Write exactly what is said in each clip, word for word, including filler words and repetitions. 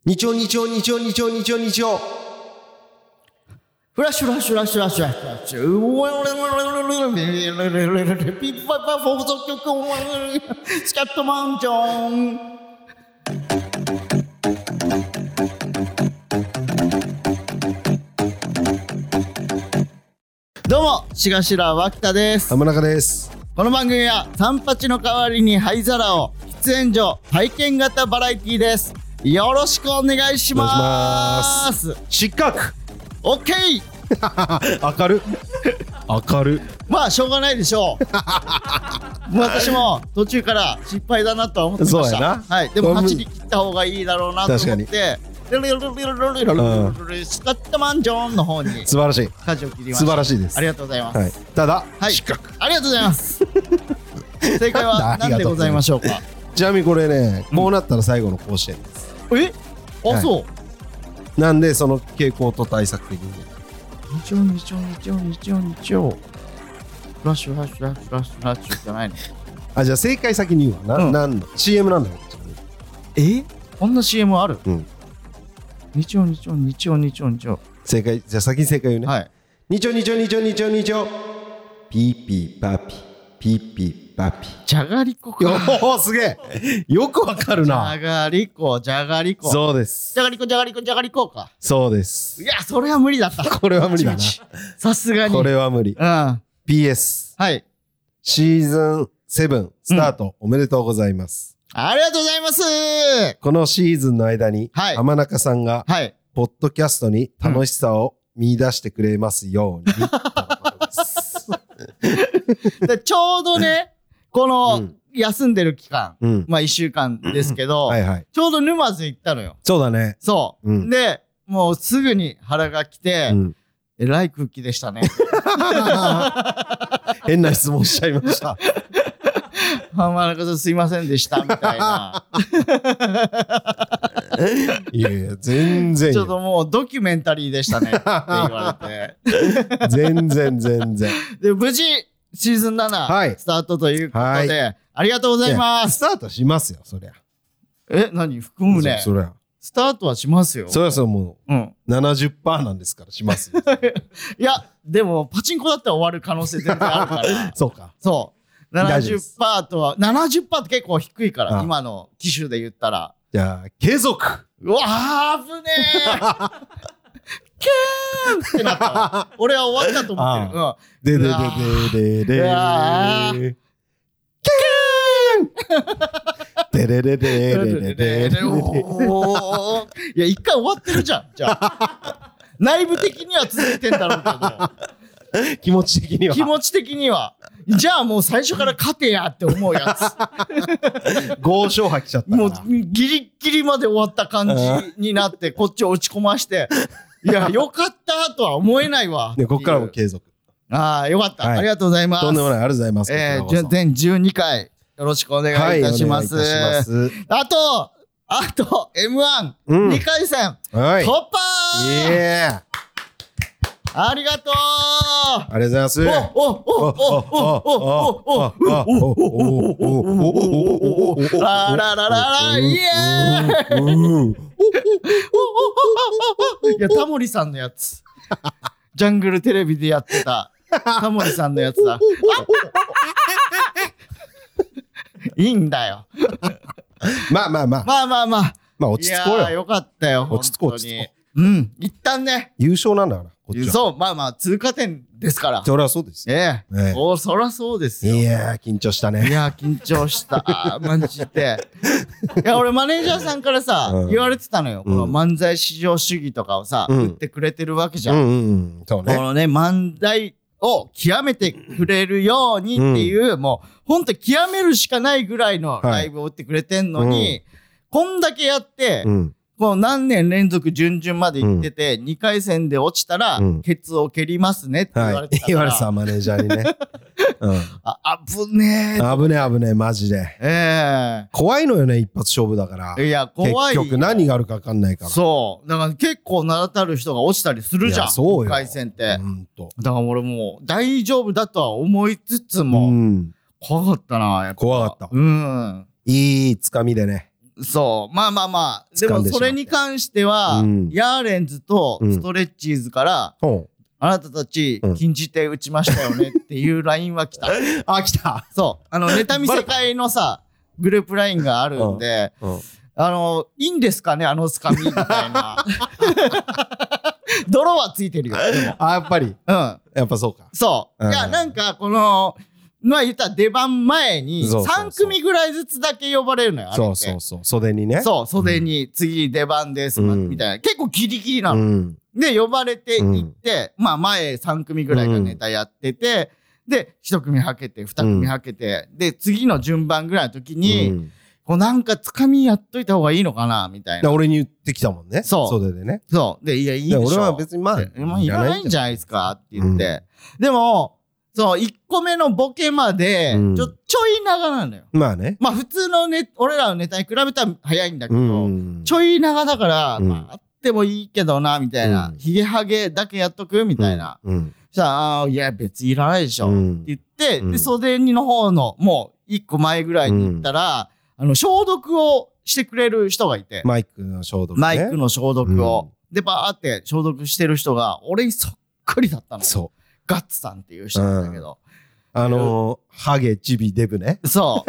日曜日曜日曜日曜日曜日曜フラッシュフラッシュフラッシュフラッシュフラッシュピッパパ放送局スキャットマンジョン。どうもしがしら脇田です。 浜中です。 この番組は三八の代わりに灰皿を喫煙所体験型バラエティです。よろしくお願いします。 失格。 オッケー。明る明るまあしょうがないでしょう。私も途中から失敗だなとは思ってました。 そうやな。 はい、でもはちに切った方がいいだろうなと思ってルルルルルルルルルスカットマンジョンの方に素晴らしい舵を切りました。 素晴らしいです。 ありがとうございます、 はい、ただ、 はい、 失格。 ありがとうございます。正解は何でございましょうか。 ちなみにこれね、こうなったら最後の甲子園です。 えあ、はい、そうなんでその傾向と対策的に日曜日曜日曜日曜日曜フラッシュフラッシュフラッシュフラッシュフラッシュじゃないの。 あ、じゃあ正解先に言うわな、うん、なんの シーエム なんだよ。 えこんな シーエム ある、 うん、 日曜日曜日曜日曜日曜正解。じゃあ先に正解言うね。 はい。 日曜日曜日曜日曜日曜ピーピーパピピーピーパピじゃがりこか。 おおすげえよくわかるな。 じゃがりこじゃがりこ。 そうです。 じゃがりこじゃがりこじゃがりこか。 そうです。 いやそれは無理だった。 これは無理だな。 さすがにこれは無理。 うん。 ピーエスはいシーズンセブンスタート、うん、おめでとうございます。ありがとうございます。 このシーズンの間に、はい、浜中さんが、はい、ポッドキャストに楽しさを見出してくれますように、うん、 でちょうどねこの、うん、休んでる期間、うん、まあいっしゅうかんですけど、はいはい、ちょうど沼津行ったのよ。 そうだね。 そう、うん、でもうすぐに腹が来て、うん、えらい空気でしたね。 変な質問しちゃいました。 浜中さんすいませんでしたみたいな。 いやいや全然ちょっともうドキュメンタリーでしたねって言われて。 全然全然で無事シーズンなな、はい、スタートということで、はい、ありがとうございます。 スタートしますよそりゃ。 え何含むね。 そりゃスタートはしますよ。 そりゃそうもう、うん、ななじゅっパーセント なんですからしますよ。 いやでもパチンコだったら終わる可能性全然あるから。 そうか。 そうななじゅっパーセント とは ななじゅっパーセント って結構低いから今の機種で言ったら。 じゃあ継続。 うわー危ねえ。キャーってなった。俺は終わったと思ってる。 ででででででー。キャー。ででででででで。 いや一回終わってるじゃん。じゃあ内部的には続いてんだろうけど。 気持ち的には。 気持ち的には。じゃあもう最初から勝てやって思うやつ。 豪勝吐きちゃった。 もうギリギリまで終わった感じになってこっちを打ち込まして。いやよかったとは思えないわ。 ねここからも継続。 ああよかった、はい、ありがとうございます。 とんでもないありがとうございます。 えー、全じゅうにかいよろしくお願いいたします。はい、お願いいたします。あとあと エムワンにかい戦、うん、はい、突破ー。イエーありがとう。 ありがとうございます。おおおおおおおおおララララライエーイ。いやタモリさんのやつ。ジャングルテレビでやってたタモリさんのやつだ。いいんだよ。 まあまあまあまあまあまあまあ落ち着こうよ。 よかったよ。 落ち着こう落ち着こう。うん一旦ね優勝なんだから。 そうまあまあ通過点ですから。 そりゃそうですよ。 ええええ、おそりゃそうですよ。 いやー緊張したね。 いやー緊張したマジで。いや俺マネージャーさんからさ、うん、言われてたのよ、うん、この漫才至上主義とかをさ、うん、売ってくれてるわけじゃん、うんうんうん、そうね、このね漫才を極めてくれるようにっていう、うん、もうほんと極めるしかないぐらいのライブを売ってくれてんのに、はい、こんだけやって、うんこう何年連続準々まで行ってて、うん、にかい戦で落ちたら、うん、ケツを蹴りますねって言われてたから、 はい、言われてたマネージャーにね。うん、 あ危ねえ。 危ねえ危ねえマジで。 ええー。 怖いのよね一発勝負だから。 いや怖い。 結局何があるか分かんないから。 そう。だから結構名だたる人が落ちたりするじゃん。 そうよ。 にかい戦って。 うんと。 だから俺もう大丈夫だとは思いつつも、うん、怖かったなやっぱ。 怖かった。 うん。 いいつかみでね。 そう。まあまあまあ。でもそれに関しては、うん、ヤーレンズとストレッチーズから、うん、あなたたち、禁じ手打ちましたよねっていうラインは来た。 あ、来た。 そう。あの、ネタ見せ会のさ、グループラインがあるんで、うんうん、あの、いいんですかね、あのつかみみたいな。泥はついてるよ。 あ、やっぱり。うん。やっぱそうか。 そう。うん、いや、なんか、この、まあ言ったら出番前にさん組ぐらいずつだけ呼ばれるのよ。 そうそうそう。袖にね。 そう、袖に次出番です、みたいな。結構ギリギリなの。で、呼ばれていって、まあ前さん組ぐらいがネタやってて、で、いち組はけて、に組はけて、で、次の順番ぐらいの時に、こうなんかつかみやっといた方がいいのかなみたいな。 俺に言ってきたもんね。 そう。 袖でね。 そう。で、いや、いいでしょ。 俺は別にまあ、 いらないんじゃないですかって言って。でも、そう、いっこめのボケまで、ちょ、うん、ちょい長なのよ。 まあね。 まあ普通のね、俺らのネタに比べたら早いんだけど、うん、ちょい長だから、うん、まああってもいいけどな、みたいな。ヒゲハゲだけやっとくみたいな。うん、じゃあ、いや、別にいらないでしょ。うん、って言って、で、袖にの方の、もういっこまえぐらいに行ったら、うん、あの、消毒をしてくれる人がいて。 マイクの消毒ね。 マイクの消毒を。うん、で、バーって消毒してる人が、俺にそっくりだったの。 そう。 ガッツさんっていう人なんだけど。 うん、あのー、ハゲ、チビ、デブね。 そう。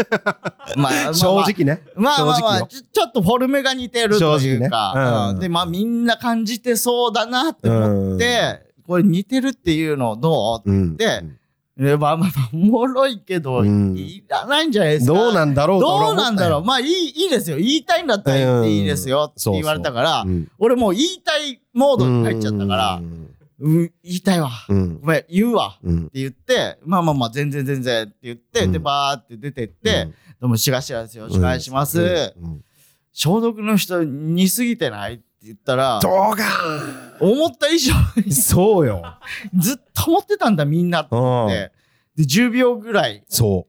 まあ、まあ、 正直ね。 まあまあまあ、ちょ、ちょっとフォルムが似てるというか。ねうんうん、で、まあみんな感じてそうだなって思って、うん、これ似てるっていうのどうって言って、うん、まあまあおもろいけど、うん、いらないんじゃないですか。 どうなんだろうどうなんだろう。まあいい、いいですよ。言いたいんだったら言っていいですよって言われたから、うん、俺もう言いたいモードに入っちゃったから、うんうん、言いたいわ、うん。ごめん、言うわ、うん。って言って、まあまあまあ、全然全然って言って、うん、で、バーって出てって、うん、どうも、しがしらですよ、お願いします、うんうん。消毒の人、似すぎてないって言ったら、 どうが思った以上に。 そうよ。 ずっと思ってたんだ、みんなって思って。で、じゅうびょうぐらい。 そう。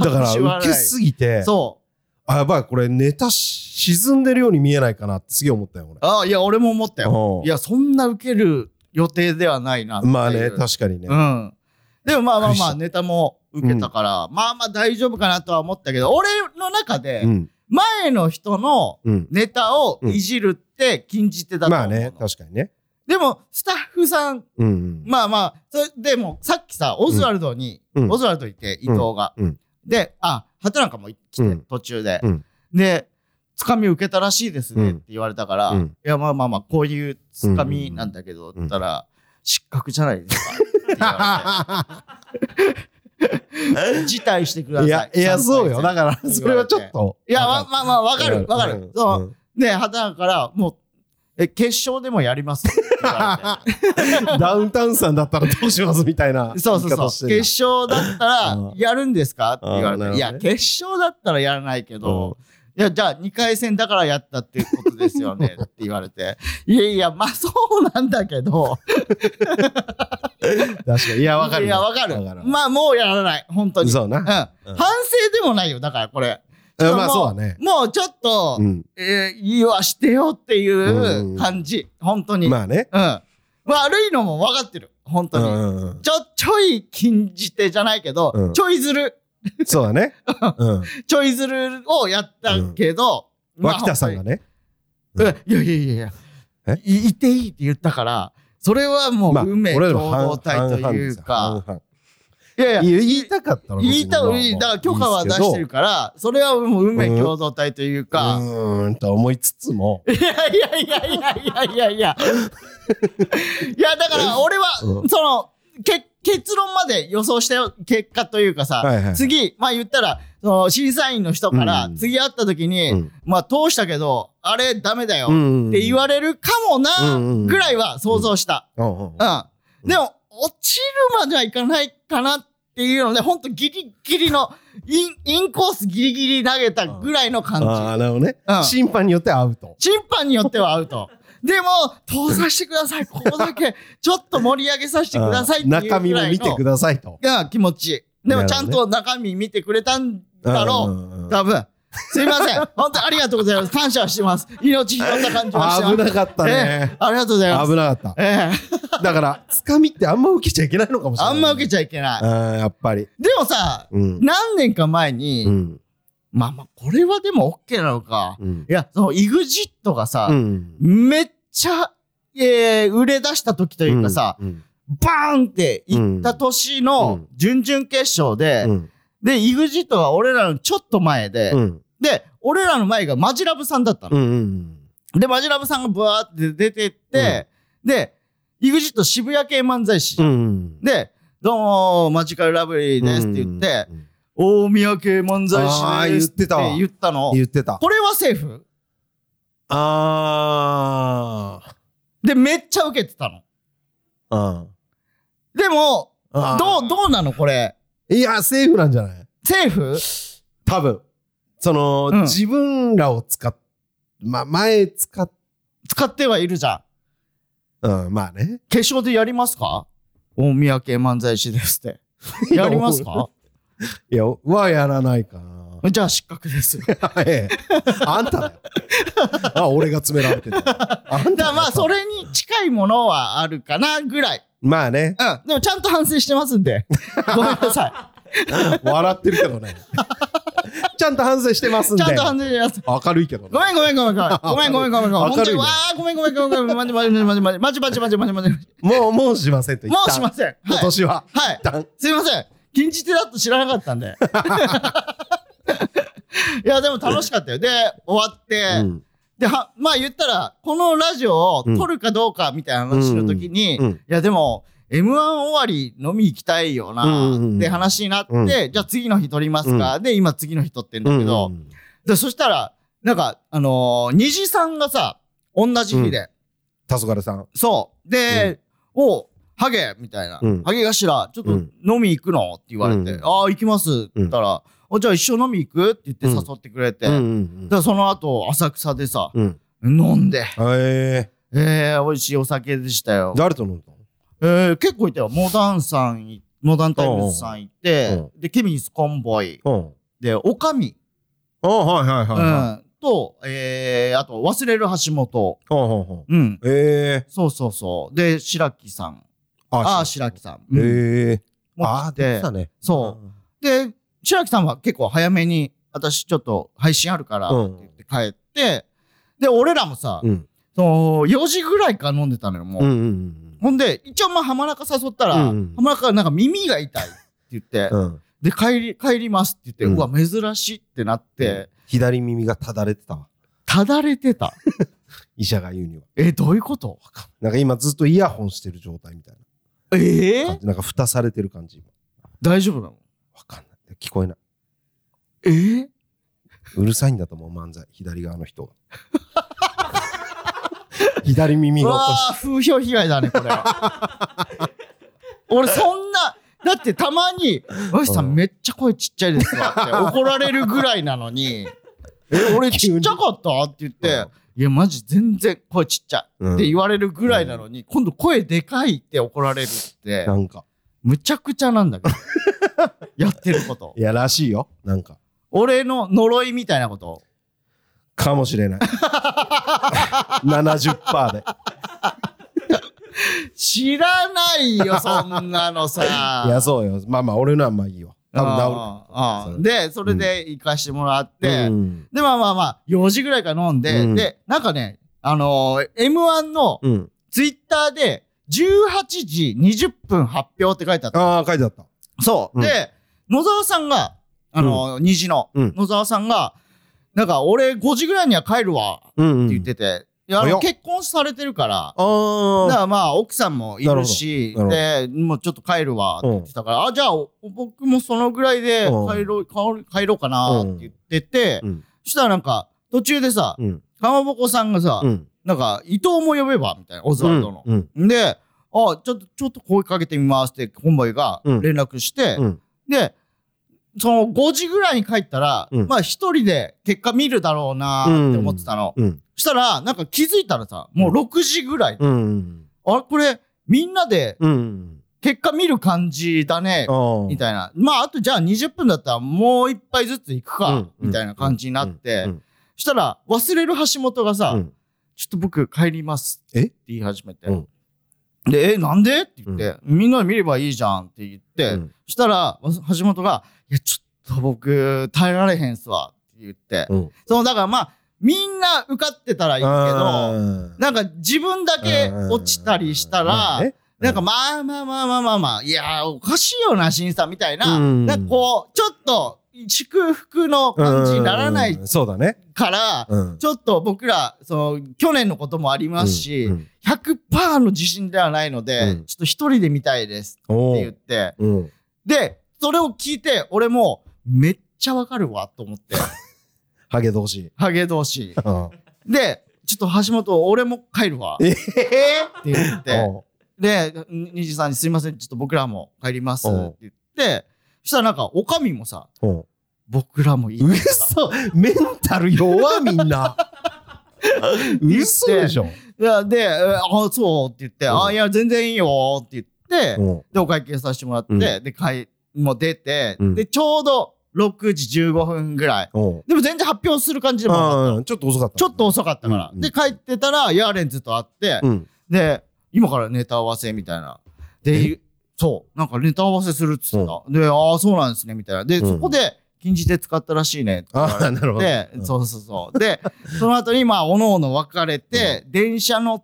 だから、受けすぎて。 そう。 あ、やばい、これネタ沈んでるように見えないかなってすげえ思ったよ、俺。 ああ、いや、俺も思ったよ。いや、そんな受ける予定ではないなっていう。 まあね、確かにね。 うん。でもまあまあまあ、ネタも受けたから、うん、まあまあ大丈夫かなとは思ったけど、俺の中で、前の人のネタをいじるって禁じ手だと思う、うん。まあね、 確かにね。 でも、スタッフさん、うんうん、まあまあ、それでも、さっきさ、オズワルドに、うん、オズワルドいて、伊藤が。うんうん、で、あ、畑中も来て、うん、途中で。うん、で、つかみ受けたらしいですねって言われたから、うん、いや、まあまあまあ、こういうつかみなんだけど、って言ったら、失格じゃないですかって言われて。辞退してください。 いや、いや、そうよ。だから、それはちょっと。 いや、まあまあまあ、わかる、わかる。そう。で、畑中から、もう、え、決勝でもやりますって言われて。 ダウンタウンさんだったらどうしますみたいな。 そうそうそう。決勝だったらやるんですかって言われて。いや、決勝だったらやらないけど、いや、じゃあにかい戦だからやったっていうことですよねって言われて。いやいや、まあそうなんだけど。 確かに。いや、わかる。 いや、わかる。まあもうやらない。本当に。 そうな。 うん。反省でもないよ。だからこれ。 まあそうだね。 もうちょっと、うん、えー、言わしてよっていう感じ。うん、本当に。 まあね。 うん。悪いのも分かってる。本当に。うん、ちょ、ちょい禁じ手じゃないけど、うん、ちょいずる。 そうだね。 うん、ちょいずるをやったけど、 うんまあ、脇田さんがね。 うん、いやいやいやいや。えいていいって言ったから、それはもう運命共同体というか、まあいやいや、 言いたかったの言いたい、だから許可は出してるから、それはもう運命共同体というか。 うーんと思いつつも。 いやいやいやいやいやいやいや。いや、だから俺は、その、け、結論まで予想したよ、結果というかさ、はいはい、次、まあ言ったら、その審査員の人から、次会った時に、うん、まあ通したけど、あれダメだよって言われるかもな、ぐらいは想像した。うん。うん、でも、落ちるまではいかないかなっていうので、ほんとギリギリの、イン、インコースギリギリ投げたぐらいの感じ。 ああ、なるほどね、うん。審判によってはアウト。 審判によってはアウト。でも、通させてください。ここだけ、ちょっと盛り上げさせてくださいっていうぐらいの。 中身も見てくださいと。 が気持ち。でもちゃんと中身見てくれたんだろう。多分。すいません。本当にありがとうございます。感謝してます。命拾った感じはしてます。 危なかったね、 えー。ありがとうございます。 危なかった。えー、だから、つかみってあんま受けちゃいけないのかもしれない、ね。 あんま受けちゃいけない。 あやっぱり。 でもさ、うん、何年か前に、うん、 まあまあ、これはでも OK なのか。うん、いや、その イグジット がさ、うん、めっちゃ、えー、売れ出した時というかさ、うんうん、バーンっていった年の準々決勝で、うん、で、イグジット が俺らのちょっと前で、うん、で、俺らの前がマジラブさんだったの。うんうんうん、で、マジラブさんがブワーって出てって、うん、で、イグジット 渋谷系漫才師じゃん。うん、で、どうも、マジカルラブリーですって言って、うんうん、大宮系漫才師ですって言ったの。 言ってた。 これはセーフ？ あー。 で、めっちゃ受けてたの。 うん。 でも、どう、どうなのこれ。 いや、セーフなんじゃない？ セーフ？ 多分。その、うん、自分らを使っ、ま、前使っ、 使ってはいるじゃん。うん、まあね。 決勝でやりますか？大宮系漫才師ですって。やりますか？ いや、はやらないかな。 じゃあ失格です。 ええ、あんただよ。あ、俺が詰められてる。あんたまあ、それに近いものはあるかなぐらい。 まあね。 うん。でもちゃんと反省してますんで。ごめんなさい。笑ってるけどね。ちゃんと反省してますんで。 ちゃんと反省してます。 明るいけどね。 ごめんごめんごめんごめん。ごめんごめんごめんごめん。明るいね。わーごめんごめんごめんごめん。まじまじまじまじまじまじまじまじまじ。 もう、もうしませんと言った。 もうしません。 今年は。 はい。すいません。禁じ手だと知らなかったんで。いや、でも楽しかったよ。で、終わって、うん、で、は、まあ言ったら、このラジオを撮るかどうかみたいな話の時に、うんうんうん、いや、でも、エムワン 終わり飲み行きたいよな、って話になって、うんうん、じゃあ次の日撮りますか、うん、で、今次の日撮ってんだけど、うんうん、でそしたら、なんか、あのー、虹さんがさ、同じ日で。 たそがれさん。 そう。で、うん、おハゲみたいな。うん、ハゲ頭、ちょっと飲み行くのって言われて、うん、ああ、行きますって言ったら、うん、じゃあ一緒飲み行くって言って誘ってくれて、うんうんうん、だからその後、浅草でさ、うん、飲んで、 えー、えー、美味しいお酒でしたよ。 誰と飲んだの？ えー、結構いたよ。モダンさん、モダンタイムズさんいて、で、ケミンスコンボイ、で、おかみ。 ああ、はいはいはい、はい。 うん。と、えー、あと、忘れる橋本。 ほうほうほう。うん。 えー。 そうそうそう。で、白木さん。ああ、白木さん。 うん、えー。 ああ、 出てたね。 そう。で、白木さんは結構早めに、私ちょっと配信あるから、って言って帰って、うん、で、俺らもさ、うん、そのよじぐらいから飲んでたのよ、もう。うんうんうん、ほんで、一応まあ浜中誘ったら、うんうん、浜中がなんか耳が痛いって言って、うん、で、帰り、帰りますって言って、うん、うわ、珍しいってなって、うん、 左耳がただれてたわ。 ただれてた医者が言うには。 え、どういうこと？ なんか今ずっとイヤホンしてる状態みたいな。 ええー、 なんか蓋されてる感じ。 大丈夫なの？ わかんない。聞こえない。 えー、 うるさいんだと思う、漫才。左側の人が。左耳が起こし。 ああ、風評被害だね、これ。俺そんな、だってたまに、わしさんめっちゃ声ちっちゃいですわって怒られるぐらいなのに、え、俺ちっちゃかったって言って、いや、マジ全然声ちっちゃいって言われるぐらいなのに、うん、今度声でかいって怒られるって、 なんか、 むちゃくちゃなんだけど。やってること。 いや、らしいよ。なんか。 俺の呪いみたいなこと。 かもしれない。ななじゅっパーセント で。 知らないよ、そんなのさ。 いや、そうよ。まあまあ、俺のはまあいいよ。多分治る。 ああで、それで行かしてもらって、うん、で、まあまあまあ、よじぐらいから飲んで、うん、で、なんかね、あのー、エムワン のツイッターで、じゅうはちじにじゅっぷん発表って書いてあった。 ああ、書いてあった。 そう。うん、で、野沢さんが、あのー、うん、虹の、うん、野沢さんが、なんか、俺ごじぐらいには帰るわ、って言ってて、うんうん、いや、あの、結婚されてるから、あだからまあ、奥さんもいるし、で、もうちょっと帰るわ、って言ってたから、うん、あ、じゃあ、僕もそのぐらいで帰ろう、帰ろうかな、って言ってて、うん、そしたらなんか、途中でさ、うん、かまぼこさんがさ、うん、なんか、伊藤も呼べば、みたいな、オズワルドの。うんうん、で、あ、ちょっと、ちょっと声かけてみますって、コンボイが連絡して、うん、で、そのごじぐらいに帰ったら、うん、まあ一人で結果見るだろうなーって思ってたの。うんうん、そしたら、なんか気づいたらさ、もうろくじぐらい。うん、あれこれ、みんなで、結果見る感じだね、うん、みたいな。まあ、あとじゃあにじゅっぷんだったらもう一杯ずつ行くか、うん、みたいな感じになって、うん、そしたら、忘れる橋本がさ、うん、ちょっと僕帰りますって言い始めて。うんで、え、なんでって言って、うん、みんなで見ればいいじゃんって言って、うん、そしたら、橋本が、いや、ちょっと僕、耐えられへんすわって言って、うん、そのだからまあみんな受かってたらいいけど、なんか自分だけ落ちたりしたら、なんかまあまあまあまあまあまあ、いやおかしいよな審査みたいな、なんかこうちょっと祝福の感じにならないから、ちょっと僕らその去年のこともありますし、ひゃくパーセント の自信ではないので、ちょっと一人で見たいですって言って、でそれを聞いて俺もめっちゃわかるわと思って。 ハゲ同士。 ハゲ同士。で、ちょっと橋本、俺も帰るわ。えぇ、って言って。で、虹さんにすいません、ちょっと僕らも帰りますって言って、そしたらなんか、おかみもさ、僕らもいいですか。 嘘、メンタル弱みんな。嘘でしょ。 で、あ、そうって言って、あ、いや、全然いいよって言って、で、お会計させてもらって、で、帰、もう出て、で、ちょうど、ろくじじゅうごふんぐらい。でも全然発表する感じでもなかった。 ちょっと遅かった。 ちょっと遅かったから。で、帰ってたら、ヤーレンズと会って、で、今からネタ合わせみたいな。で、そう、なんかネタ合わせするっつってた。で、ああ、そうなんですね、みたいな。で、そこで、禁じ手使ったらしいねって言われて。ああ、なるほど。で、そうそうそう。で、その後に、まあ、おのおの別れて、電車乗って、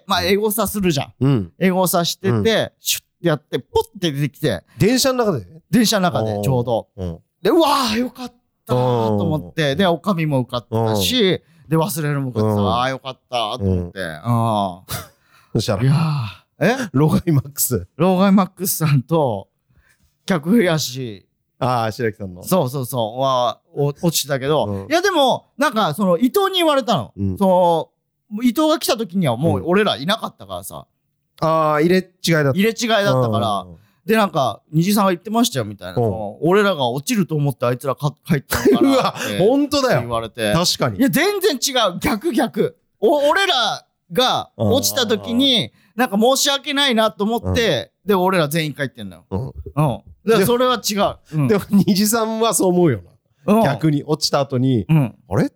まあ、エゴサするじゃん。エゴサしてて、シュッてやって、ポッて出てきて。 電車の中で電車の中で、ちょうど。で、うわーよかったーと思って、で、おかみも受かったし、で、忘れるも受かった。ああ、よかったーと思って。ああ。 そしたら。 いやー、え老害マックス。 老害マックスさんと、客増やし。 ああ、白木さんの。 そうそうそう。は、落ちてたけど、いや、でも、なんか、その、伊藤に言われたの。その、伊藤が来た時にはもう俺らいなかったからさ。 ああ、入れ違いだった。 入れ違いだったから、で、なんか、虹さんが言ってましたよ、みたいな。俺らが落ちると思ってあいつら帰ったのかな。うわ、 本当だよ。 言われて。 確かに。 いや、全然違う。逆逆。お、俺らが落ちた時に、なんか申し訳ないなと思って、で、俺ら全員帰ってんのよ。うん。うん。で、それは違う。 でも、虹さんはそう思うよな。逆に、落ちた後に、あれって。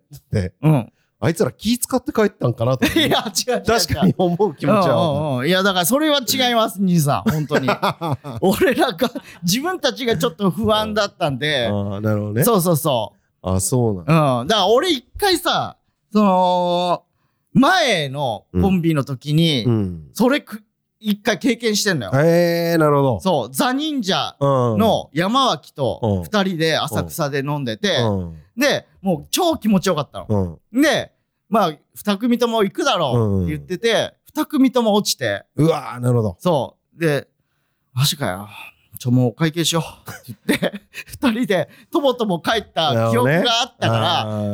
うん。あいつら気使って帰ったんかなと。 いや、違う違う。 確かに思う気持ちは。 いや、だからそれは違います、兄さん。本当に。俺らが、自分たちがちょっと不安だったんで。 ああ、なるほどね。 そうそうそう。 あ、そうなん。 うん。だから俺一回さ、その、前のコンビの時に、それく、一回経験してんのよ。 へえ、なるほど。 そう、ザ・忍者の山脇と二人で浅草で飲んでて、で、もう超気持ちよかったの。で、まあ、二組とも行くだろうって言ってて、二組とも落ちて。 うわー、なるほど。 そう。で、マジかよ。ちょ、もう会計しようって言って、二人でとぼとぼ帰った記憶があったから、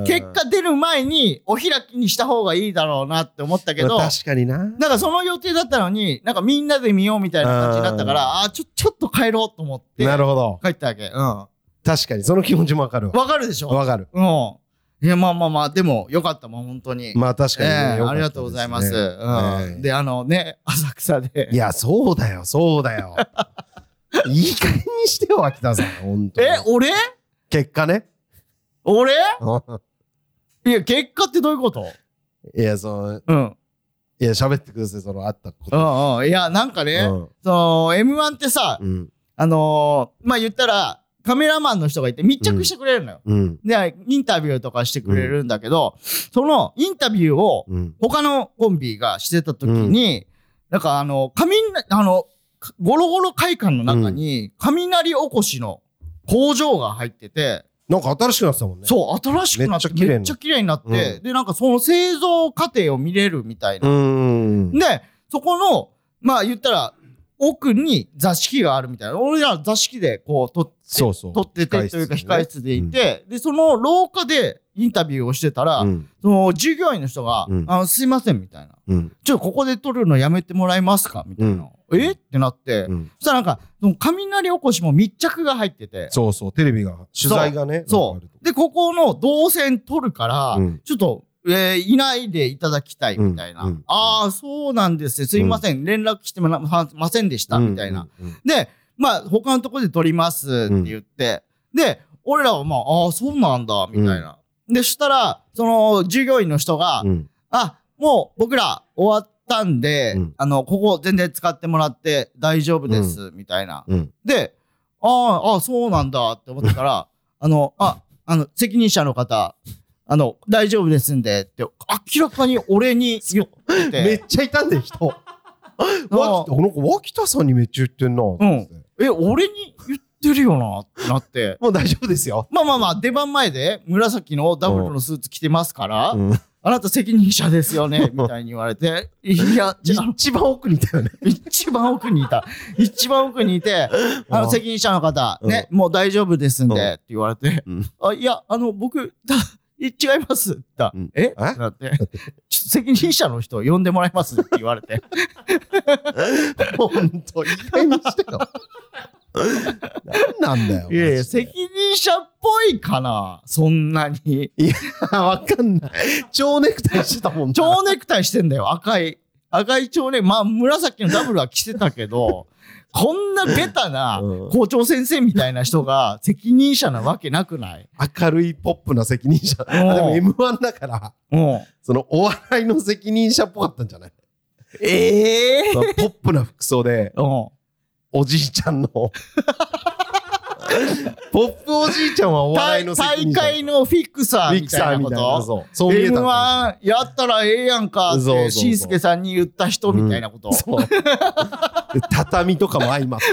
結果出る前にお開きにした方がいいだろうなって思ったけど、 確かにな。 なんかその予定だったのに、なんかみんなで見ようみたいな感じだったから、ああ、ちょ、ちょっと帰ろうと思って。 なるほど。 帰ったわけ。うん。 確かに、その気持ちもわかるわ。 わかるでしょ？ わかる。 うん。いや、まあまあまあ、でも、よかったもん、本当に。 まあ確かに、ね。 えー、ありがとうございます。うん。で、あのね、浅草で。 いや、そうだよ、そうだよ。いい加減にしてよ、秋田さん。本当に。 え、俺？ 結果ね。 俺？いや、結果ってどういうこと？ いや、その、 うん。 いや、喋ってください、その、あったこと。 うんうん。いや、なんかね、うん、その、エムワン ってさ、うん、あのー、まあ、言ったら、カメラマンの人がいて密着してくれるのよ。うん、で、インタビューとかしてくれるんだけど、うん、そのインタビューを他のコンビがしてた時に、うん、なんかあの、雷、あの、ゴロゴロ会館の中に雷おこしの工場が入ってて、 なんか新しくなってたもんね。 そう、新しくなって、めっちゃ綺麗になって、うん、で、なんかその製造過程を見れるみたいな。で、そこの、まあ言ったら、奥に座敷があるみたいな。俺ら座敷でこう撮って、 そうそう撮っててというか控室でいて、うん、で、その廊下でインタビューをしてたら、うん、その従業員の人が、うん、あの、すいませんみたいな。うん、ちょっとここで撮るのやめてもらえますかみたいな。うん、えってなって、うん、そしたらなんか、その雷おこしも密着が入ってて。 そうそう、テレビが、取材がね。 そう。そうで、ここの動線撮るから、うん、ちょっと、えー、いないでいただきたいみたいな。うんうん、ああ、そうなんですね。すいません。うん、連絡してもらませんでした。みたいな。うんうんうん、で、まあ、他のところで撮りますって言って、うん、で、俺らはまあ、ああ、そうなんだ、みたいな。うん、で、そしたら、その、従業員の人が、うん、あ、もう僕ら終わったんで、うん、あの、ここ全然使ってもらって大丈夫です、みたいな。うん、で、ああ、ああ、そうなんだって思ったから、あの、あ、 あの、責任者の方、あの、大丈夫ですんでって、明らかに俺に言ってて。 めっちゃいたんで、人。わき、なんか脇田さんにめっちゃ言ってんな。 うん。え、俺に言ってるよなってなって。 もう大丈夫ですよ。 まあまあまあ、出番前で紫のダブルのスーツ着てますから、うん、あなた責任者ですよね、みたいに言われて。いや、 一番奥にいたよね。 一番奥にいた。一番奥にいて、あの、責任者の方、ね、もう大丈夫ですんで、って言われて、あ、いや、あの、僕、だ、違いますって。えってなって、ちょっと責任者の人呼んでもらいますって言われて。 ほんと、意外にしてよ。何なんだよ。 いやいや、責任者っぽいかなそんなに。 いや、わかんない。蝶ネクタイしてたもんな。 蝶ネクタイしてんだよ、赤い。赤い蝶ネクタイ。まあ、紫のダブルは着てたけど、こんなベタな校長先生みたいな人が責任者なわけなくない？ 明るいポップな責任者。でも エムワン だから、そのお笑いの責任者っぽかったんじゃない？ ええー、 ポップな服装で、おじいちゃんのポップおじいちゃんはお笑いの責任者。 大会のフィクサーみたいなこと？ そう。そう見えた。エムワン やったらええやんかって、しんすけさんに言った人みたいなこと。そう。 畳とかも相まって。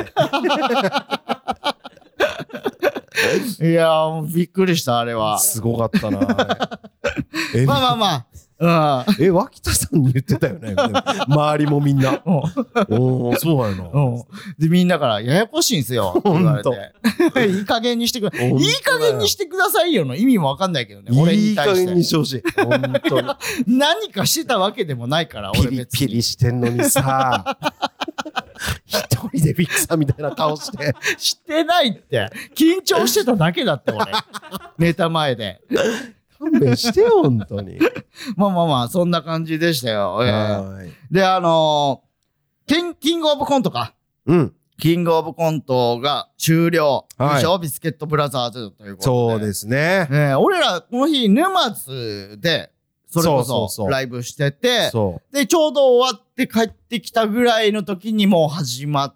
いやー、もうびっくりした、あれは。 すごかったな。 まあまあまあ。うん、 え、脇田さんに言ってたよね。周りもみんな。おお、そうなの。 で、みんなからややこしいんすよ。言われて。いい加減にしてください。いい加減にしてくださいよの意味もわかんないけどね。俺に対して。いい加減にしてほしい。本当に。 何かしてたわけでもないから、俺別に。 ピリピリしてんのにさ。一人でフィクサーみたいな顔して。 してないって。緊張してただけだって、俺。ネタ前で。 勘弁してよ、本当に。 まあまあまあ、そんな感じでしたよ。えー、で、あのー、キン、キングオブコントか。 うん。 キングオブコントが終了。はい、ビスケットブラザーズということで。 そうですね。 えー、俺ら、この日、沼津で、それこそライブしてて、で、ちょうど終わって帰ってきたぐらいの時にもう始まって、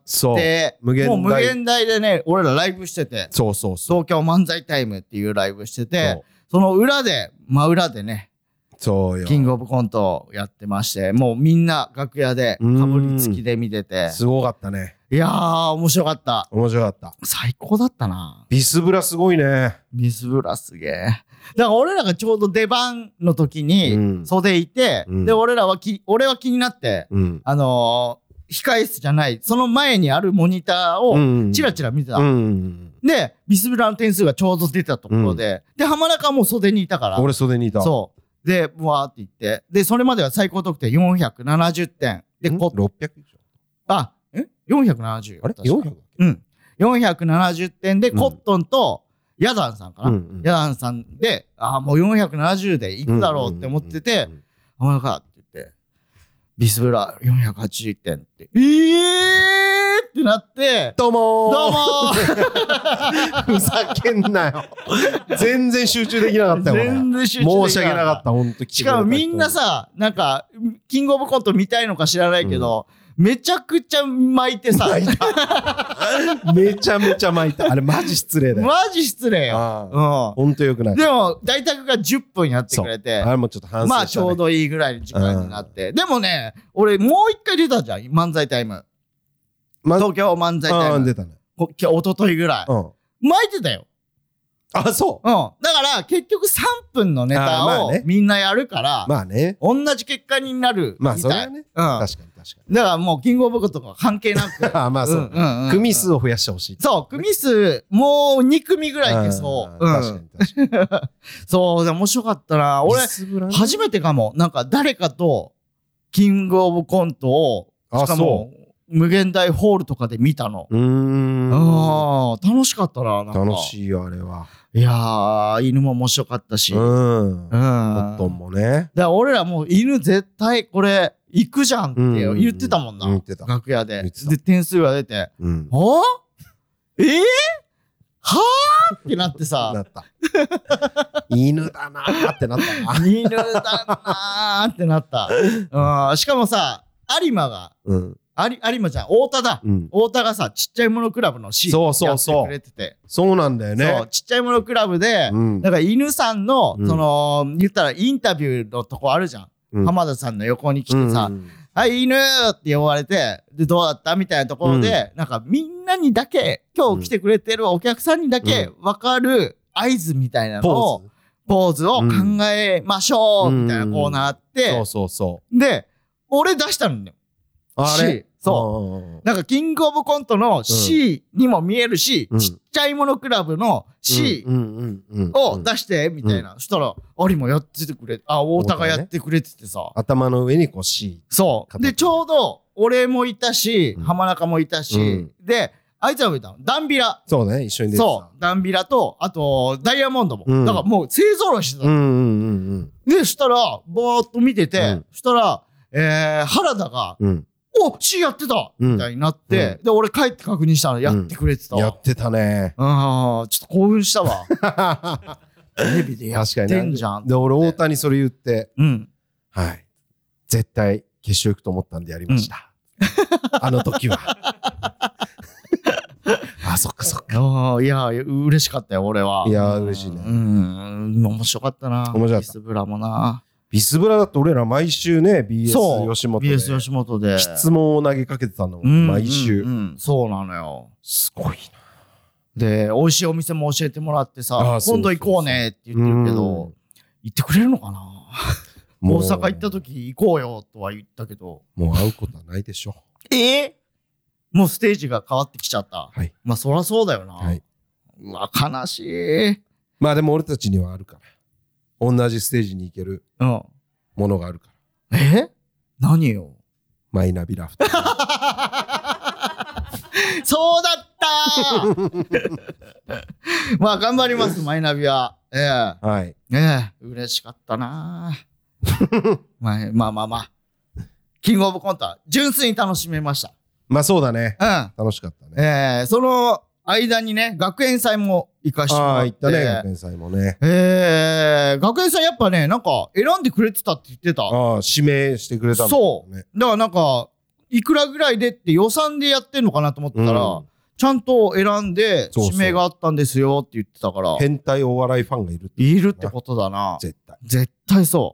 無限大もう無限大でね、俺らライブしてて、 そうそうそう。 東京漫才タイムっていうライブしてて、その裏で、真裏でね、 そうよ。 キングオブコントやってまして、もうみんな楽屋でかぶりつきで見てて。 すごかったね。 いやー、面白かった。 面白かった。 最高だったな。 ビスブラすごいね。 ビスブラすげえ。だから俺らがちょうど出番の時に袖いて、うん、で、俺らはき、俺は気になって、うん、あのー、控え室じゃない、その前にあるモニターをチラチラ見てた。うんうんで、ビスブラの点数がちょうど出たところで、うん、で、浜中はもう袖にいたから。 俺袖にいた。 そう。で、わーって言って、で、それまでは最高得点よんひゃくななじゅってん。で、ころっぴゃくでしょ。 あ、え ?よんひゃくななじゅう。 あれ ?よんひゃく? うん。よんひゃくななじゅってんで、うん、コットンと、ヤダンさんかな、うんうん、ヤダンさんで、ああ、もうよんひゃくななじゅうでいくだろうって思ってて、浜中って言って、ビスブラよんひゃくはちじゅってんって、えーってなって、 どうもーどうもーふざけんなよ。全然集中できなかったよ。 全然集中できなかった。 申し訳なかった、ほんと。 しかもみんなさ、なんか、キングオブコント見たいのか知らないけど、うん、めちゃくちゃ巻いてさ。 巻いた。めちゃめちゃ巻いた。あれマジ失礼だよ。 マジ失礼よ。うん。 ほんとよくない。 でも、大宅がじゅっぷんやってくれて。 あれもちょっと反省した、ね。 まあちょうどいいぐらいの時間になって。でもね、俺もう一回出たじゃん、漫才タイム。ま、東京漫才タイム。 出たね。 おとといぐらい。うん。巻いてたよ。 あ、そう。 うん。だから、結局さんぷんのネタをみんなやるから、 まあね。 同じ結果になるみたい。 まあそれはね。うん。確かに確かに。だからもう、キングオブコントとか関係なく。 あ、まあそう。組数を増やしてほしい。 そう、組数、もうに組ぐらい消そう。確かに確かに。そう、でも面白かったな。俺、初めてかも。なんか誰かと、キングオブコントを、しかも、無限大ホールとかで見たの。うーん。ああ、楽しかったな、なんか。 楽しいよ、あれは。 いやー、犬も面白かったし。うん。うん。コットンもね。だから俺らもう犬絶対これ行くじゃんって言ってたもんな。 言ってた。 楽屋で。で、点数が出て。うん。あえー、はーってなってさ。 なった。犬だなーってなったな。 犬だなーってなった。うん。しかもさ、有馬が、うん。 有馬じゃん、太田だ、うん、太田がさ、ちっちゃいものクラブの C そうそうそうやってくれてて。 そうなんだよね。そう、 ちっちゃいものクラブで、うん、だから犬さんの、その、言ったらインタビューのとこあるじゃん。うん、浜田さんの横に来てさ、うん、はい、犬って呼ばれて、で、どうだったみたいなところで、うん、なんかみんなにだけ、今日来てくれてるお客さんにだけ分かる合図みたいなのを、ポーズを考えましょうみたいなコーナーあって、 そうそうそう。 で、俺出したんだよ。 あれ C。そう。なんか、キングオブコントの C にも見えるし、うん、ちっちゃいものクラブの C を出して、みたいな。そしたら、アリもやっててくれ、あ、太田がやってくれててさ。 ね、頭の上にこう C。 そう。で、ちょうど、俺もいたし、うん、浜中もいたし、うん、で、あいつらもいたの。ダンビラ。 そうね、一緒に出てた。 そう。ダンビラと、あと、ダイヤモンドも。うん、だからもう勢ぞろいしてた。 うんうんうんうん、 で、したら、ぼーっと見てて、うん、したら、えー、原田が、うん、お !C やってた、うん、みたいになって、うん、で、俺帰って確認したらやってくれてた。 うん、やってたね。 ああ、ちょっと興奮したわ。テレビでやってんじゃん。 で、俺、大谷それ言って、 うん。 はい。絶対、決勝行くと思ったんでやりました。うん、あの時は。あ、そっかそっか。 いや、嬉しかったよ、俺は。 いや、嬉しいね。 うん、面白かったな。 面白かった。 ビスブラもな。 ビスブラだって俺ら毎週ね、ビーエス 吉本で。 ビーエス 吉本で。 質問を投げかけてたんだもん、毎週、 うんうん。そうなのよ。 すごいな。 で、美味しいお店も教えてもらってさ、今度行こうねって言ってるけど、行ってくれるのかな大阪行った時行こうよとは言ったけど。 もう会うことはないでしょ。 えーもうステージが変わってきちゃった。 はい。 まあそらそうだよな。 はい。 うわ、悲しい。 まあでも俺たちにはあるから。同じステージに行けるものがあるから。うん、え何よ。 マイナビラフター。 そうだったまあ頑張ります、マイナビは。ええー。 はい。 ええー、嬉しかったなまあまあまあまあ。キングオブコントは純粋に楽しめました。 まあそうだね。 うん。 楽しかったね。 ええー、その間にね、学園祭も行かしてもらって。ああ、 行ったね、学園祭もね。 ええー、学園祭やっぱね、なんか選んでくれてたって言ってた。 ああ、指名してくれたんだ、ね。 そう。だからなんか、いくらぐらいでって予算でやってんのかなと思ったら、うん、ちゃんと選んで指名があったんですよって言ってたから。 変態お笑いファンがいるっているってことだな。 絶対。 絶対そう。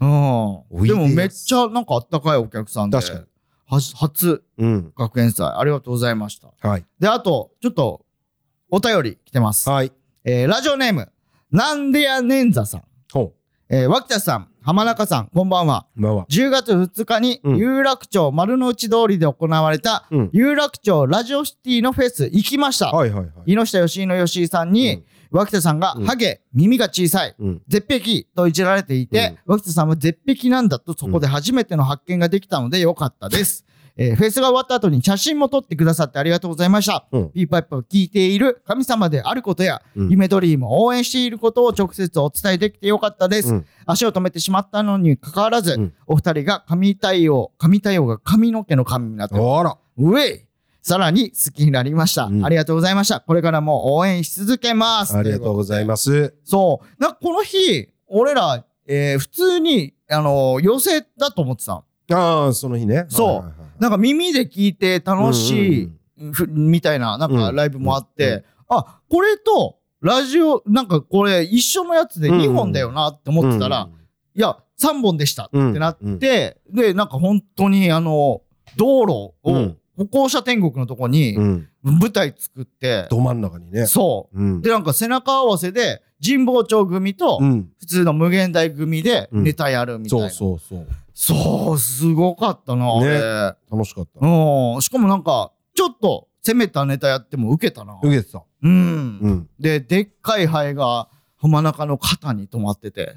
うん。でもめっちゃなんかあったかいお客さんで。 確かに。 初、うん、学園祭、ありがとうございました。 はい。 で、あと、ちょっと、お便り来てます。 はい。 えー、ラジオネーム、なんでやねんざさん。 ほう。 えー、脇田さん、浜中さん、こんばんは。 こんばんは。 じゅうがつふつかに、うん、有楽町丸の内通りで行われた、うん、有楽町ラジオシティのフェス行きました。 はいはいはい。 井下義井の吉井さんに、うん、脇田さんが、うん、ハゲ、耳が小さい、うん、絶壁といじられていて、うん、脇田さんは絶壁なんだとそこで初めての発見ができたのでよかったです。えー、フェスが終わった後に写真も撮ってくださってありがとうございました。うん、ピーパイプを聞いている神様であることや、うん、夢ドリームを応援していることを直接お伝えできてよかったです。うん、足を止めてしまったのに関わらず、うん、お二人が神対応、神対応が髪の毛の髪になってる。 あら。 うえい。さらに好きになりました、うん。ありがとうございました。これからも応援し続けます。 ありがとうございます。 そう。なんかこの日、俺ら、えー、普通に、あのー、寄せだと思ってた。 ああ、その日ね。 そう。はいはいはい、なんか耳で聞いて楽しい、うんうん、みたいな、なんかライブもあって、うんうんうん、あ、これとラジオ、なんかこれ一緒のやつでにほんだよなって思ってたら、うんうん、いや、さんぼんでしたってなって、うんうん、で、なんか本当にあの、道路を、うん、歩行者天国のとこに舞台作って、 ど真ん中にね。 そう、うん。で、なんか背中合わせで、神保町組と普通の無限大組でネタやるみたいな。 うん、そうそうそう。 そう、すごかったな、あれ。 ね、楽しかった。 うん。しかもなんか、ちょっと攻めたネタやっても受けたな。 受けてた。 うん。うん、で、でっかいハエが浜中の肩に止まってて。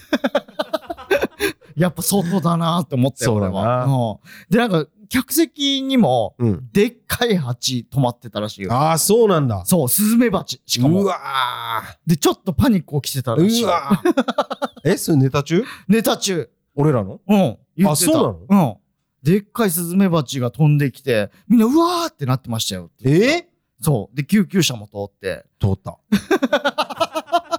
やっぱ外だなって思ってよ、俺は。うん。で、なんか、客席にも、でっかい蜂止まってたらしいよ。 ああ、そうなんだ。 そう、スズメバチ。しかも。 うわー。 で、ちょっとパニック起きてたらしい。 うわー。え、それネタ中？ ネタ中。 俺らの？ うん。 あ、そうなの？ うん。でっかいスズメバチが飛んできて、みんなうわーってなってましたよ。 えー、 そう。で、救急車も通って。 通った。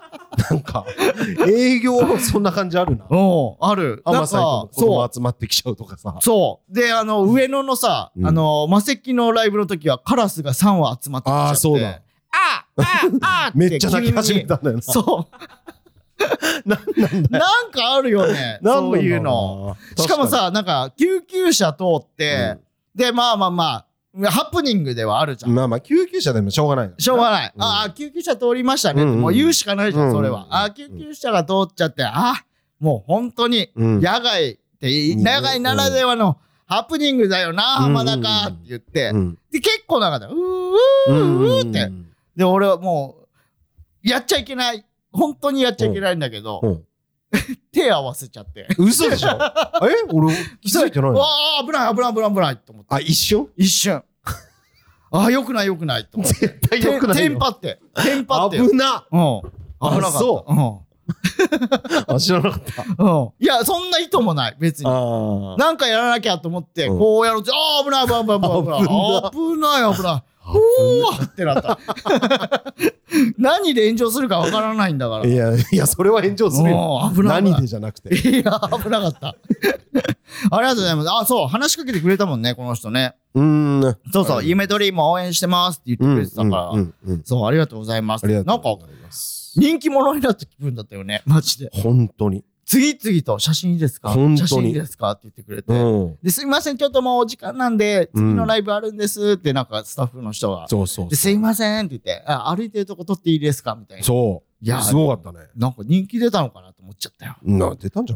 なんか営業そんな感じあるな。 おある。 なんか子供集まってきちゃうとかさ。 そうであの上野のさ、うん、あのマセキのライブの時はカラスがさんわ集まってきちゃって。ああそうだ。ああああめっちゃ泣き始めたんだよな。 そうなんなんだよ。なんかあるよね。そういうの。しかもさなんか救急車通って、うん、でまあまあまあ。ハプニングではあるじゃん。 まあまあ救急車でもしょうがない。 しょうがない。うん、ああ救急車通りましたねって、うんうん、もう言うしかないじゃんそれは。うんうん、ああ救急車が通っちゃって、ああもう本当に野外って、うん、野外ならではのハプニングだよな、うん、浜中って言って、うん、で結構なんかうーうーうーって、うん、で俺はもうやっちゃいけない本当にやっちゃいけないんだけど、うん、手合わせちゃって。 嘘でしょ。え俺気づいてないの。 わあ危ない危ない危ない危ないと思って。 あ一瞬一瞬。ああよくないよくないと思って。 絶対よくない。 テンパってテンパって。 危な。 うん。危なかった。そう。 うん。あ知らなかった。 うん。いやそんな意図もない別に。なんかやらなきゃと思ってこうやろうと、ああ危ない危ない危ない危ない危ない危ない危ない。おーってなった。何で炎上するかわからないんだから。 いやいやそれは炎上するよ。 危ない。 何でじゃなくて。 いや危なかった。ありがとうございます。あそう話しかけてくれたもんねこの人ね。 うーん。 そうそう夢ドリーム応援してますって言ってくれてたから。そうありがとうございます。なんか人気者になった気分だったよねマジで。 本当に。 次々と写真いいですか写真いいですかって言ってくれて、うん、ですいませんちょっともうお時間なんで次のライブあるんですってなんかスタッフの人が、うん、そうそうそうですいませんって言ってあ歩いてるとこ撮っていいですかみたいな。 そういやすごかったね。 なんか人気出たのかなと思っちゃったよ。 な出たんじゃ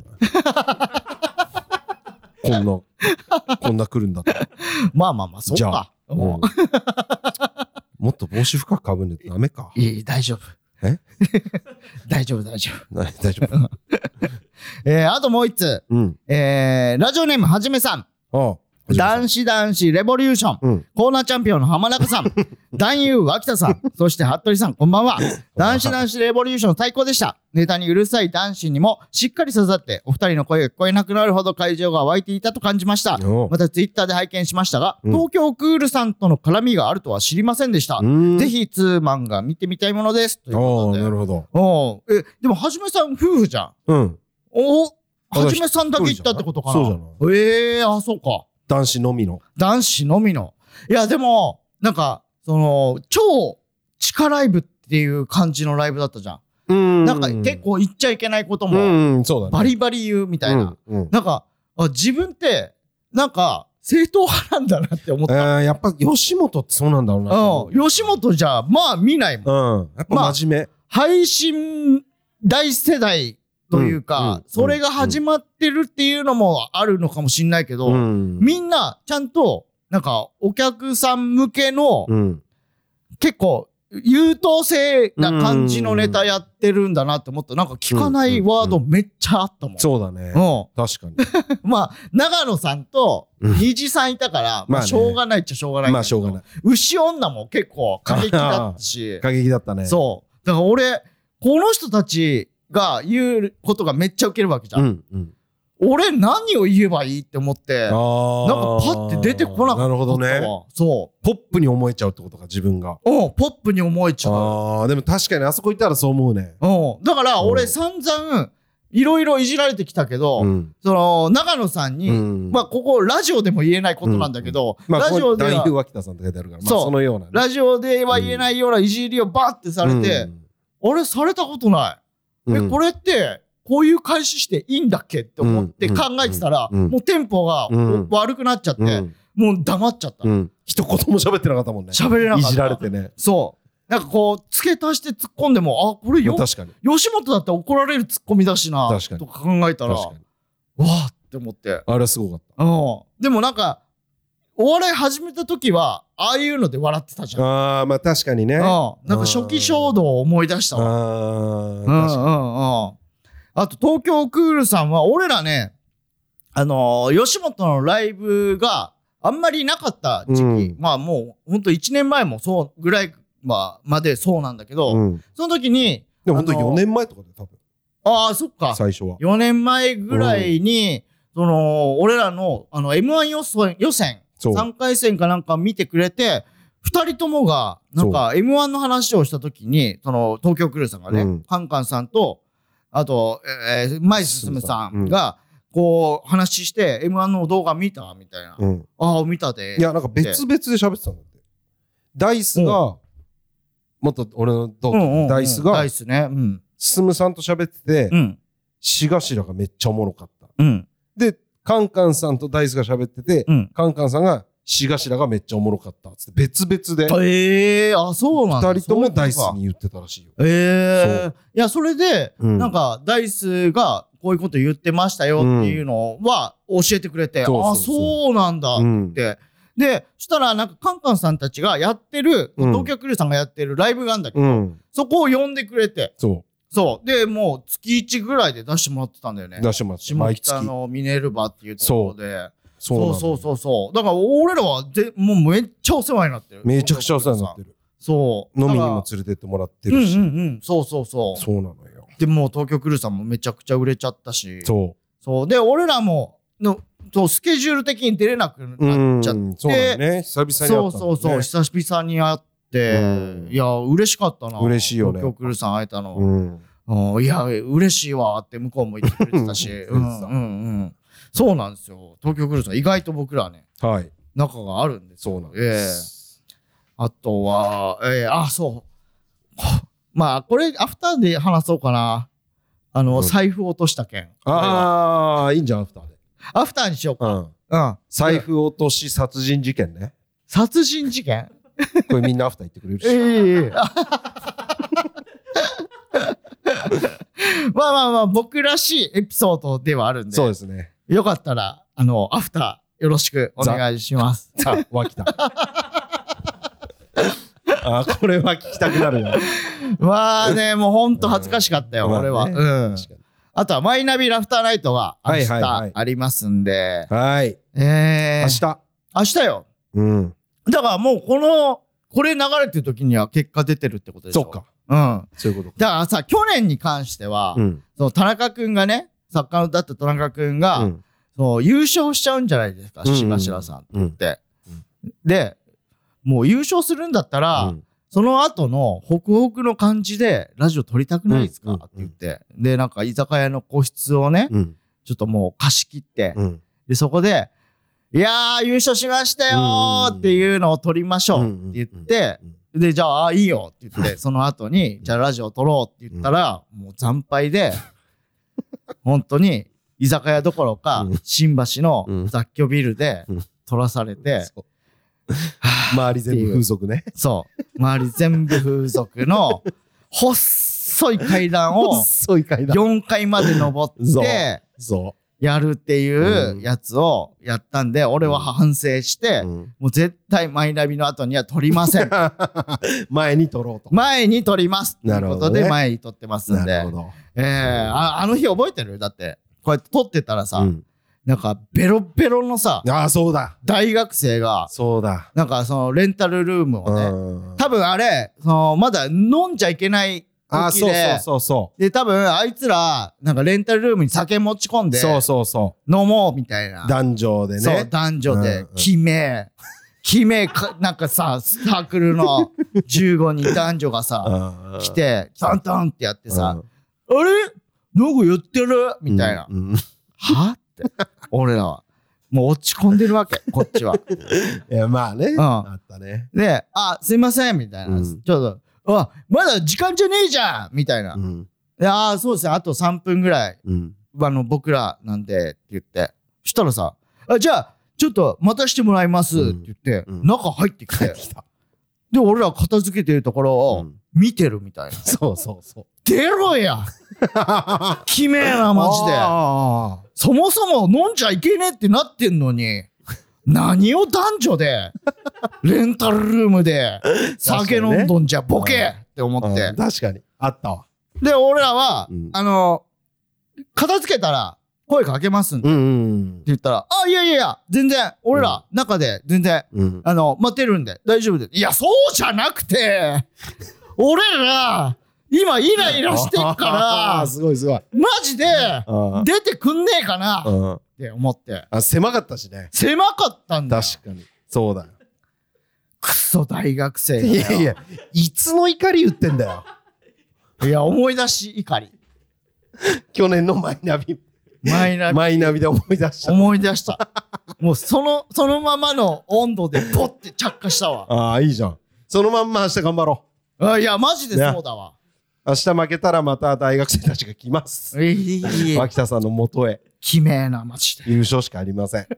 ないこんなこんな来るんだってまあまあまあそうか、うん、もっと帽子深くかぶんでダメか。 いい大丈夫え大丈夫大丈夫大丈夫えー、あともう一つ、うん、えー、ラジオネームはじめさん。ああ男子男子レボリューション、うん、コーナーチャンピオンの浜中さん男優脇田さんそして服部さんこんばんは。男子男子レボリューション最高でした。ネタにうるさい男子にもしっかり刺さってお二人の声が聞こえなくなるほど会場が湧いていたと感じました。またツイッターで拝見しましたが、うん、東京クールさんとの絡みがあるとは知りませんでした。ぜひツーマンが見てみたいものですということで。 なるほど。 おえでもはじめさん夫婦じゃん。うん。おはじめさんだけ行ったってことかな。 そうじゃない。 ええー、あそうか。 男子のみの。 男子のみの。いや、でも、なんか、その、超地下ライブっていう感じのライブだったじゃん。うん。なんか結構言っちゃいけないことも、うん、そうだね。バリバリ言うみたいな。うんうん、なんかあ、自分って、なんか、正統派なんだなって思った。 えー、やっぱ吉本ってそうなんだろうな。 うん。吉本じゃ、まあ見ないもん。うん。やっぱ真面目。まあ、配信大世代、というか、うんうん、それが始まってるっていうのもあるのかもしんないけど、うん、みんなちゃんとなんかお客さん向けの、うん、結構優等生な感じのネタやってるんだなって思った。なんか聞かないワードめっちゃあったもん。うん、 そうだね。うん、確かに。 まあ長野さんと虹さんいたから、うん、まあしょうがないっちゃしょうがない。 まあしょうがない。 牛女も結構過激だったし。 過激だったね。 そう。だから俺この人たちが言うことがめっちゃウケるわけじゃん。うんうん、俺何を言えばいいって思って、なんかパッて出てこなかったわ。 なるほどね。そう。ポップに思えちゃうってことか、自分が。 うん、ポップに思えちゃう。 ああ、でも確かにあそこ行ったらそう思うね。 うん。だから俺散々いろいろいじられてきたけど、うん、その長野さんに、うん、まあここラジオでも言えないことなんだけど、うんうん、ラジオでは男優脇田さんと書いてあるから、まあ、そのような、ね、 ラジオでは言えないようないじりをバーってされて、うん、あれされたことない。え、これって、こういう開始していいんだっけって思って考えてたら、もうテンポが悪くなっちゃって、もう黙っちゃった。 一言も喋ってなかったもんね。 喋れなかった。 いじられてね。 そう。なんかこう、付け足して突っ込んでも、あ、これよ、 確かに。 吉本だって怒られる突っ込みだしな、 確かにとか考えたら、わーって思って。 あれはすごかった。 うん。でもなんか、お笑い始めた時は、ああいうので笑ってたじゃん。 ああ、まあ確かにね。うん。 なんか初期衝動を思い出したわ。ああ、確かに。うんうんうん。あと、東京クールさんは、俺らね、あのー、吉本のライブがあんまりなかった時期。うん、まあもう、ほんといちねんまえもそうぐらい、まあ、までそうなんだけど、うん、その時に。 でもほんとよねんまえとかで多分。 ああ、そっか。 最初は。 よねんまえぐらいに、うん、その、俺らの、あの、エムワン 予選、予選、さんかい戦かなんか見てくれて、 ふたりともが、なんか エムワン の話をしたときに、その東京クルーさんがね、うん、カンカンさんと、あと、えー、前進さんが、こう話して、エムワン の動画見たみたいな。うん、ああ、見たで。 いや、なんか別々で喋ってたんだって。ダイスが、もっと俺の同期、うんうん、ダイスが、 ダイスね。うん。 進さんと喋ってて、うん、しがしらがめっちゃおもろかった。うん、で、カンカンさんとダイスが喋ってて、うん、カンカンさんが、しがしらがめっちゃおもろかったっつって別々でええー、あそうなんだふたりともダイスに言ってたらしいよ。 ええー、いやそれで、うん、なんかダイスがこういうこと言ってましたよっていうのは教えてくれて、うん、あそうなんだって、うん、でそしたらなんかカンカンさんたちがやってる、うん、東京クルーさんがやってるライブがあるんだけど、うん、そこを呼んでくれてそうそうでもう月いちぐらいで出してもらってたんだよね。 出してもらって下北のミネルヴァっていうところでそうそうそうそうだから俺らはぜもうめっちゃお世話になってる。 めちゃくちゃお世話になってる。そう飲みにも連れてってもらってるし、 うんうんうん、そうそうそうそうなのよ。 でもう東京クルーさんもめちゃくちゃ売れちゃったしそうそうで俺らものそうスケジュール的に出れなくなっちゃってそうだね久々に会った、ね、そうそうそう久々に会っていや嬉しかったな。 嬉しいよね東京クルーさん会えたの、うん、いや嬉しいわって向こうも言ってくれてたしうんうんうんそうなんですよ。東京クルーさん意外と僕らね、はい、仲があるんですよ。そうなんです、えー、あとは、えー、あそうまあこれアフターで話そうかな。あの、うん、財布落とした件。 ああいいんじゃんアフターで。 アフターにしようか。うん。うん、 財布落とし殺人事件ね。 殺人事件これみんなアフター言ってくれるし。 ええー、まあまあまあ僕らしいエピソードではあるんで。 そうですね。 よかったら、あの、アフターよろしくお願いします。 さあ、わきた。あ、これは聞きたくなるよ。 まあね、もうほんと恥ずかしかったよ、俺は。うん。あとは、マイナビラフターナイトは明日ありますんで。 はい。 えー。 明日。 明日よ。 うん。 だからもうこの、これ流れてる時には結果出てるってことでしょ。 そうか。 うん。 そういうことか。 だからさ、去年に関しては、その田中くんがね、作家だった田中くんが、うん、そう優勝しちゃうんじゃないですか、しがしらさんって言って、うんうん、でもう優勝するんだったら、うん、その後のホクホクの感じでラジオ撮りたくないですか、うん、って言って、でなんか居酒屋の個室をね、うん、ちょっともう貸し切って、うん、でそこでいやー優勝しましたよーっていうのを撮りましょうって言って、でじゃああいいよって言ってその後にじゃあラジオ撮ろうって言ったら、もう惨敗で本当に居酒屋どころか、うん、新橋の雑居ビルで撮らされて、うん、 周り全部風俗ね。 そう周り全部風俗の細い階段をよんかいまで登ってやるっていうやつをやったんで、俺は反省して、うん、もう絶対マイナビの後には撮りません。 前に撮ろうと。 前に撮りますということで前に撮ってますんで。なるほど。えー、あ, あの日覚えてる？だってこうやって撮ってたらさ、うん、なんかベロベロのさ、 あそうだ大学生がそうだなんかそのレンタルルームをね、多分あれそのまだ飲んじゃいけない時で、 あそうそうそうそうで多分あいつらなんかレンタルルームに酒持ち込んでそうそうそう飲もうみたいな男女でね、 そう男女で決め決めかなんかさサークルのじゅうごにん男女がさ来てタンタンってやってさ、あれなんか言ってるみたいな、うんうん、はって俺らはもう落ち込んでるわけこっちは。 いやまあね、うん、あったね。 であすいませんみたいな、うん、ちょっとあまだ時間じゃねえじゃんみたいな、うん、いやそうですねあとさんぷんぐらい、うん、あの僕らなんでって言ってそしたらさあじゃあちょっと待たしてもらいますって言って、うん、中入ってきてで俺ら片付けてるところを見てるみたいな、うん、 そうそうそう出ろやきめえなマジでそもそも飲んじゃいけねえってなってんのに何を男女でレンタルルームで酒飲んどんじゃボケって思って、 うん、確かにあったわ。 で俺らは、うん、あの片付けたら声かけますんで、うんうん、って言ったらあいやいやいや全然俺ら中で全然、うん、あの待ってるんで大丈夫です。いやそうじゃなくて俺ら今イライラしてっからすごいすごいマジで出てくんねえかなって思って。 あ狭かったしね。 狭かったんだよ。 確かにそうだよ。 クソ大学生だよ。 いやいや、いつの怒り言ってんだよ。 いや、思い出し怒り。 去年のマイナビ。 マイナビ。 マイナビで思い出した。 思い出した。もうその、そのままの温度でポッて着火したわ。 ああ、いいじゃん。そのまんま明日頑張ろう。あ、いや、マジでそうだわ。 明日負けたらまた大学生たちが来ます。 えー、 脇田さんの元へ。 きめえな、マジで。 優勝しかありません。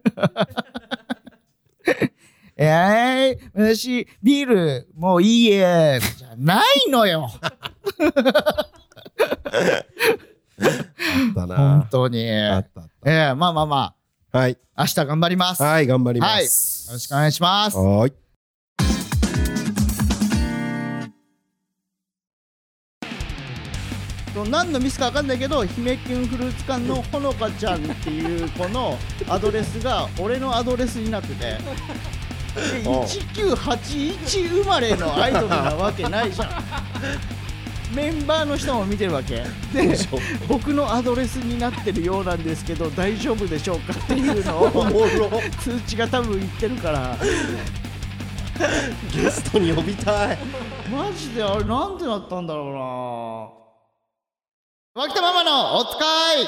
えー、私、ビール、もういいえ、じゃないのよ。 あったな。 本当に。 あったあった。 えー、まあまあまあ。はい。 明日頑張ります。 はい、頑張ります。 はい。よろしくお願いします。 はい。 何のミスか分かんないけど、姫キュンフルーツ館のほのかちゃんっていう子のアドレスが俺のアドレスになってていちきゅうはちいち生まれのアイドルなわけないじゃん。メンバーの人も見てるわけで、僕のアドレスになってるようなんですけど大丈夫でしょうかっていうのを通知が多分言ってるからゲストに呼びたい。 マジであれなんてなったんだろうな。脇田ママのおつかい。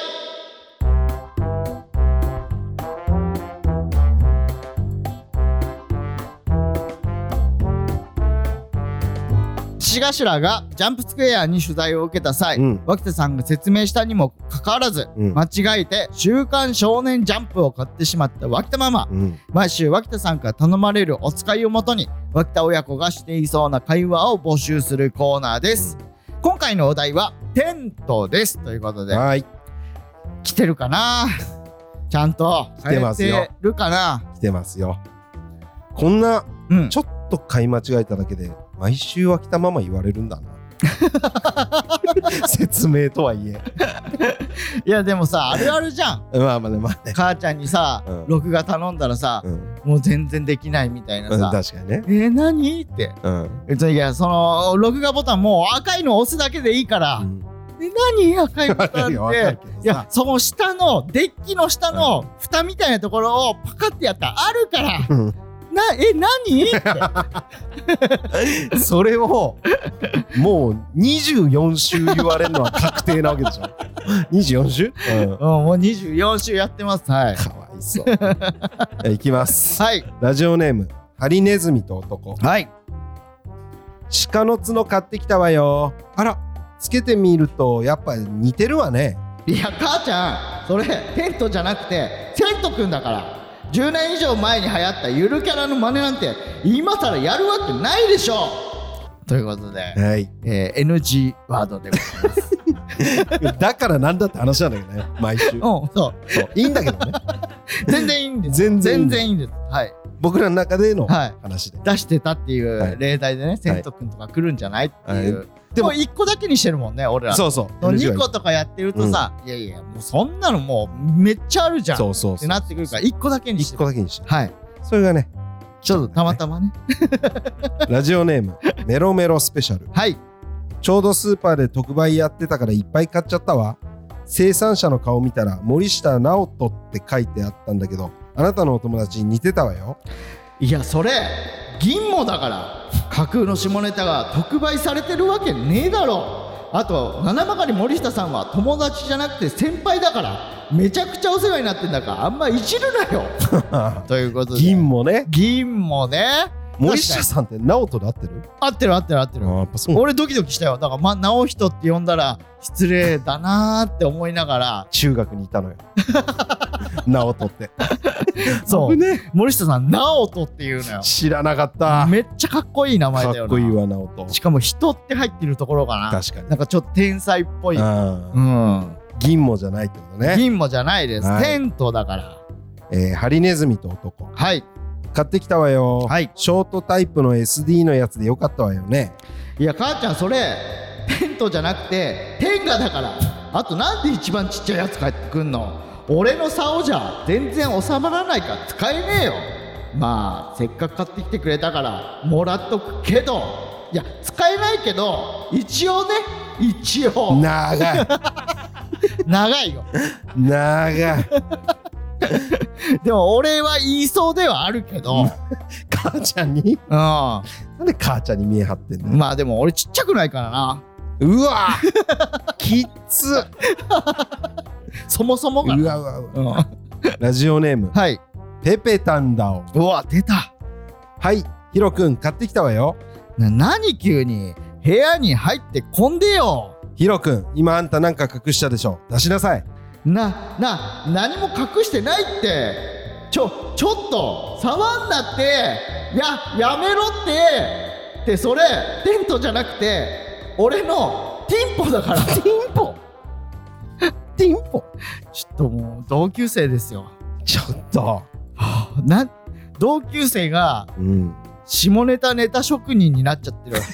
獅頭がジャンプスクエアに取材を受けた際、うん、脇田さんが説明したにもかかわらず、うん、間違えて週刊少年ジャンプを買ってしまった脇田ママ、うん、毎週脇田さんから頼まれるお使いをもとに脇田親子がしていそうな会話を募集するコーナーです、うん。今回のお題はテントですということで、はい、来てるかな。ちゃんと来てますよ。 来てるかな。 来てますよ。こんな、うん、ちょっと買い間違えただけで毎週は来たまま言われるんだな。説明とはいえいやでもさ、あるあるじゃん。 まあまあね、まあね。 母ちゃんにさ、うん、録画頼んだらさ、うん、もう全然できないみたいなさ、うん、 確かにね。 えー、何って、うん、いやその録画ボタンもう赤いの押すだけでいいから、うん、え何赤いボタンっていやその下のデッキの下の蓋みたいなところをパカってやったらあるから、うんなえ何ってそれをもうにじゅうよん週言われるのは確定なわけでしょ。にじゅうよん週、うん、 もうにじゅうよん週やってます。はい、 かわいそういきます、 はい、 ラジオネームハリネズミと男。 はい、 鹿の角買ってきたわよ。あら、つけてみるとやっぱ似てるわね。 いや母ちゃんそれテントじゃなくてセントくんだから。じゅうねん以上前に流行ったゆるキャラの真似なんて今更やるわけないでしょ。ということで、はいえー、エヌジー ワードでございますだからなんだって話なんだけどね、毎週。うん、 そうそういいんだけどね全然いいんです。 全然いいんです。 全然いいんです。はい、僕らの中での話で、 はい、出してたっていう例題でね、はい、セント君とか来るんじゃないっていう、はい、でもいっこだけにしてるもんね俺ら。 そうそうにことかやってるとさ、うん、いやいやもうそんなのもうめっちゃあるじゃん。 そうそうそうってなってくるからいっこだけにしてる。 いっこだけにしてる。 はい、 それがねちょっとたまたまねラジオネームメロメロスペシャル。 はい、 ちょうどスーパーで特売やってたからいっぱい買っちゃったわ。生産者の顔見たら森下直人って書いてあったんだけど、あなたのお友達に似てたわよ。 いやそれ銀もだから、架空の下ネタが特売されてるわけねえだろ。あと七曲森下さんは友達じゃなくて先輩だから、めちゃくちゃお世話になってんだからあんまいじるなよということで、 銀もね銀もね森下さんって直人で合ってる？ 合ってる合ってる合ってる。あ、俺ドキドキしたよ。だからま直人って呼んだら失礼だなーって思いながら中学にいたのよ直人ってそう、ね、森下さん直人っていうのよ。 知らなかった。 めっちゃかっこいい名前だよな。 かっこいいわ直人。 しかも人って入ってるところかな。 確かになんかちょっと天才っぽい。うん、 銀もじゃないってことね。 銀もじゃないです、はい、テントだから。 えー、ハリネズミと男。 はい、 買ってきたわよ、はい、ショートタイプの エスディー のやつでよかったわよね。 いや母ちゃんそれテントじゃなくて天下だから。あとなんで一番ちっちゃいやつ買ってくんの。俺の竿じゃ全然収まらないから使えねえよ。まあせっかく買ってきてくれたからもらっとくけど、いや使えないけど一応ね、一応長い長いよ長いでも俺は言いそうではあるけど、 母母ちゃんにうん。なんで母ちゃんに見え張ってんだよ。 まあでも俺ちっちゃくないからな。 うわきっつそもそもが。 うわうわうわ、 うん、 ラジオネームはい。 ペペタンダオ。 うわ出た。 はいヒロくん買ってきたわよ。 な何急に部屋に入ってこんでよ。 ヒロくん今あんたなんか隠したでしょ。出しなさい。 なな何も隠してないって。ちょちょっと触んなって。ややめろってってそれテントじゃなくて俺のティンポだから。ティンポティンポちょっともう同級生ですよ。 ちょっと、はあ、な同級生がうん下ネタネタ職人になっちゃってる。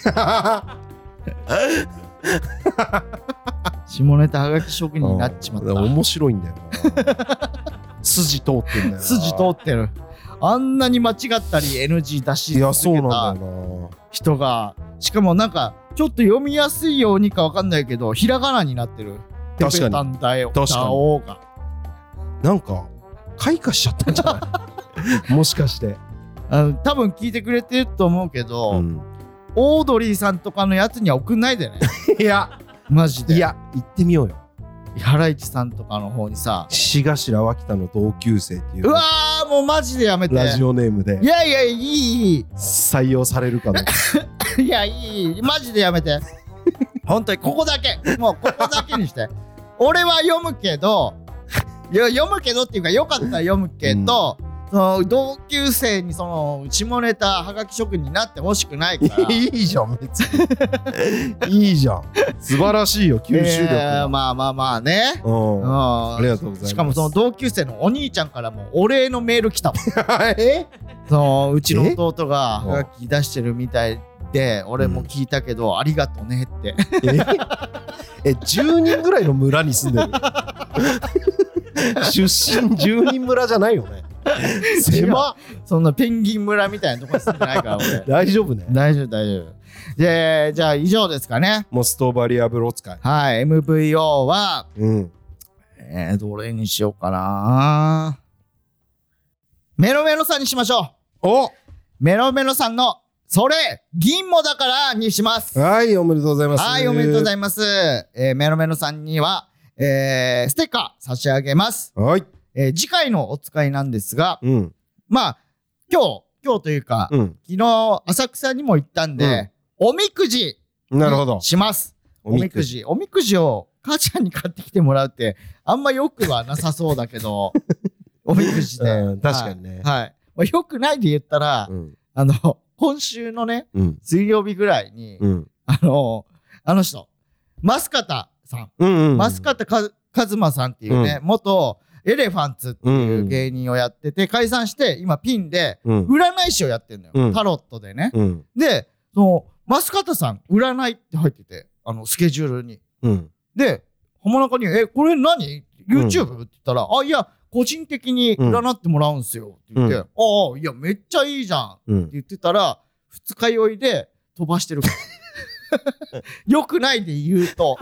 下ネタはがき職人になっちまった。 面白いんだよな。筋通ってんだよな。 筋通ってる。あんなに間違ったり エヌジー 出し続けた人が、しかもなんかちょっと読みやすいようにかわかんないけどひらがなになってる。 確かにペペタンだよ。 確かにがなんか開花しちゃったんじゃないもしかしてあの多分聞いてくれてると思うけど、うん、オードリーさんとかのやつには送んないでね。 いやマジで。 いや行ってみようよ。 ハライチさんとかの方にさ、 志頭脇田の同級生っていう、 うわーもうマジでやめて。 ラジオネームでいやいやいいいい採用されるかどうか。 いやいいマジでやめて。本当にここだけもうここだけにして。俺は読むけどいや読むけどっていうかよかったら読むけど、うん、その同級生にその下ネタはがき職人になってほしくないから。 いいじゃん別に。いいじゃん素晴らしいよ吸収力、 えー、まあまあまあね、 うん、ありがとうございます。 しかもその同級生のお兄ちゃんからもお礼のメール来たもん。えそのうちの弟がはがき出してるみたいで俺も聞いたけど、うん、ありがとねって。 ええじゅうにんぐらいの村に住んでる。出身じゅうにん村じゃないよね。狭っ。 そんなペンギン村みたいなとこに住んでないから俺。 大丈夫ね。 大丈夫大丈夫。でじゃあ以上ですかね。 モストバリアブロ使い。 はい エムブイオー は、 うん、 えー、どれにしようかな。メロメロさんにしましょう。おメロメロさんのそれ銀もだからにします。 はいおめでとうございます。 はいおめでとうございます。えー、メロメロさんには、えー、ステッカー差し上げます。 はい、 えー、次回のお使いなんですが、 うん、 まあ今日今日というか、うん、昨日浅草にも行ったんで、うん、おみくじなるほどします。おみくじおみくじを母ちゃんに買ってきてもらうってあんまよくはなさそうだけどおみくじで、 うん、確かにね。 はい、はいまあ、よくないで言ったら、うん、あの今週のね、うん、水曜日ぐらいに、うん、あのあの人増形さん、うんうんうん、増形か一馬さんっていうね、うん、元エレファンツっていう芸人をやってて、うん、解散して今ピンで占い師をやってんのよ、うん、タロットでね、うん、でその増形さん占いって入っててあのスケジュールに、うん、で浜中に「えこれ何 YouTube?、うん」って言ったら「あいや個人的に占ってもらうんすよ」って言って「うん、ああいやめっちゃいいじゃん」って言ってたら二日酔いで飛ばしてるからよくないで言うと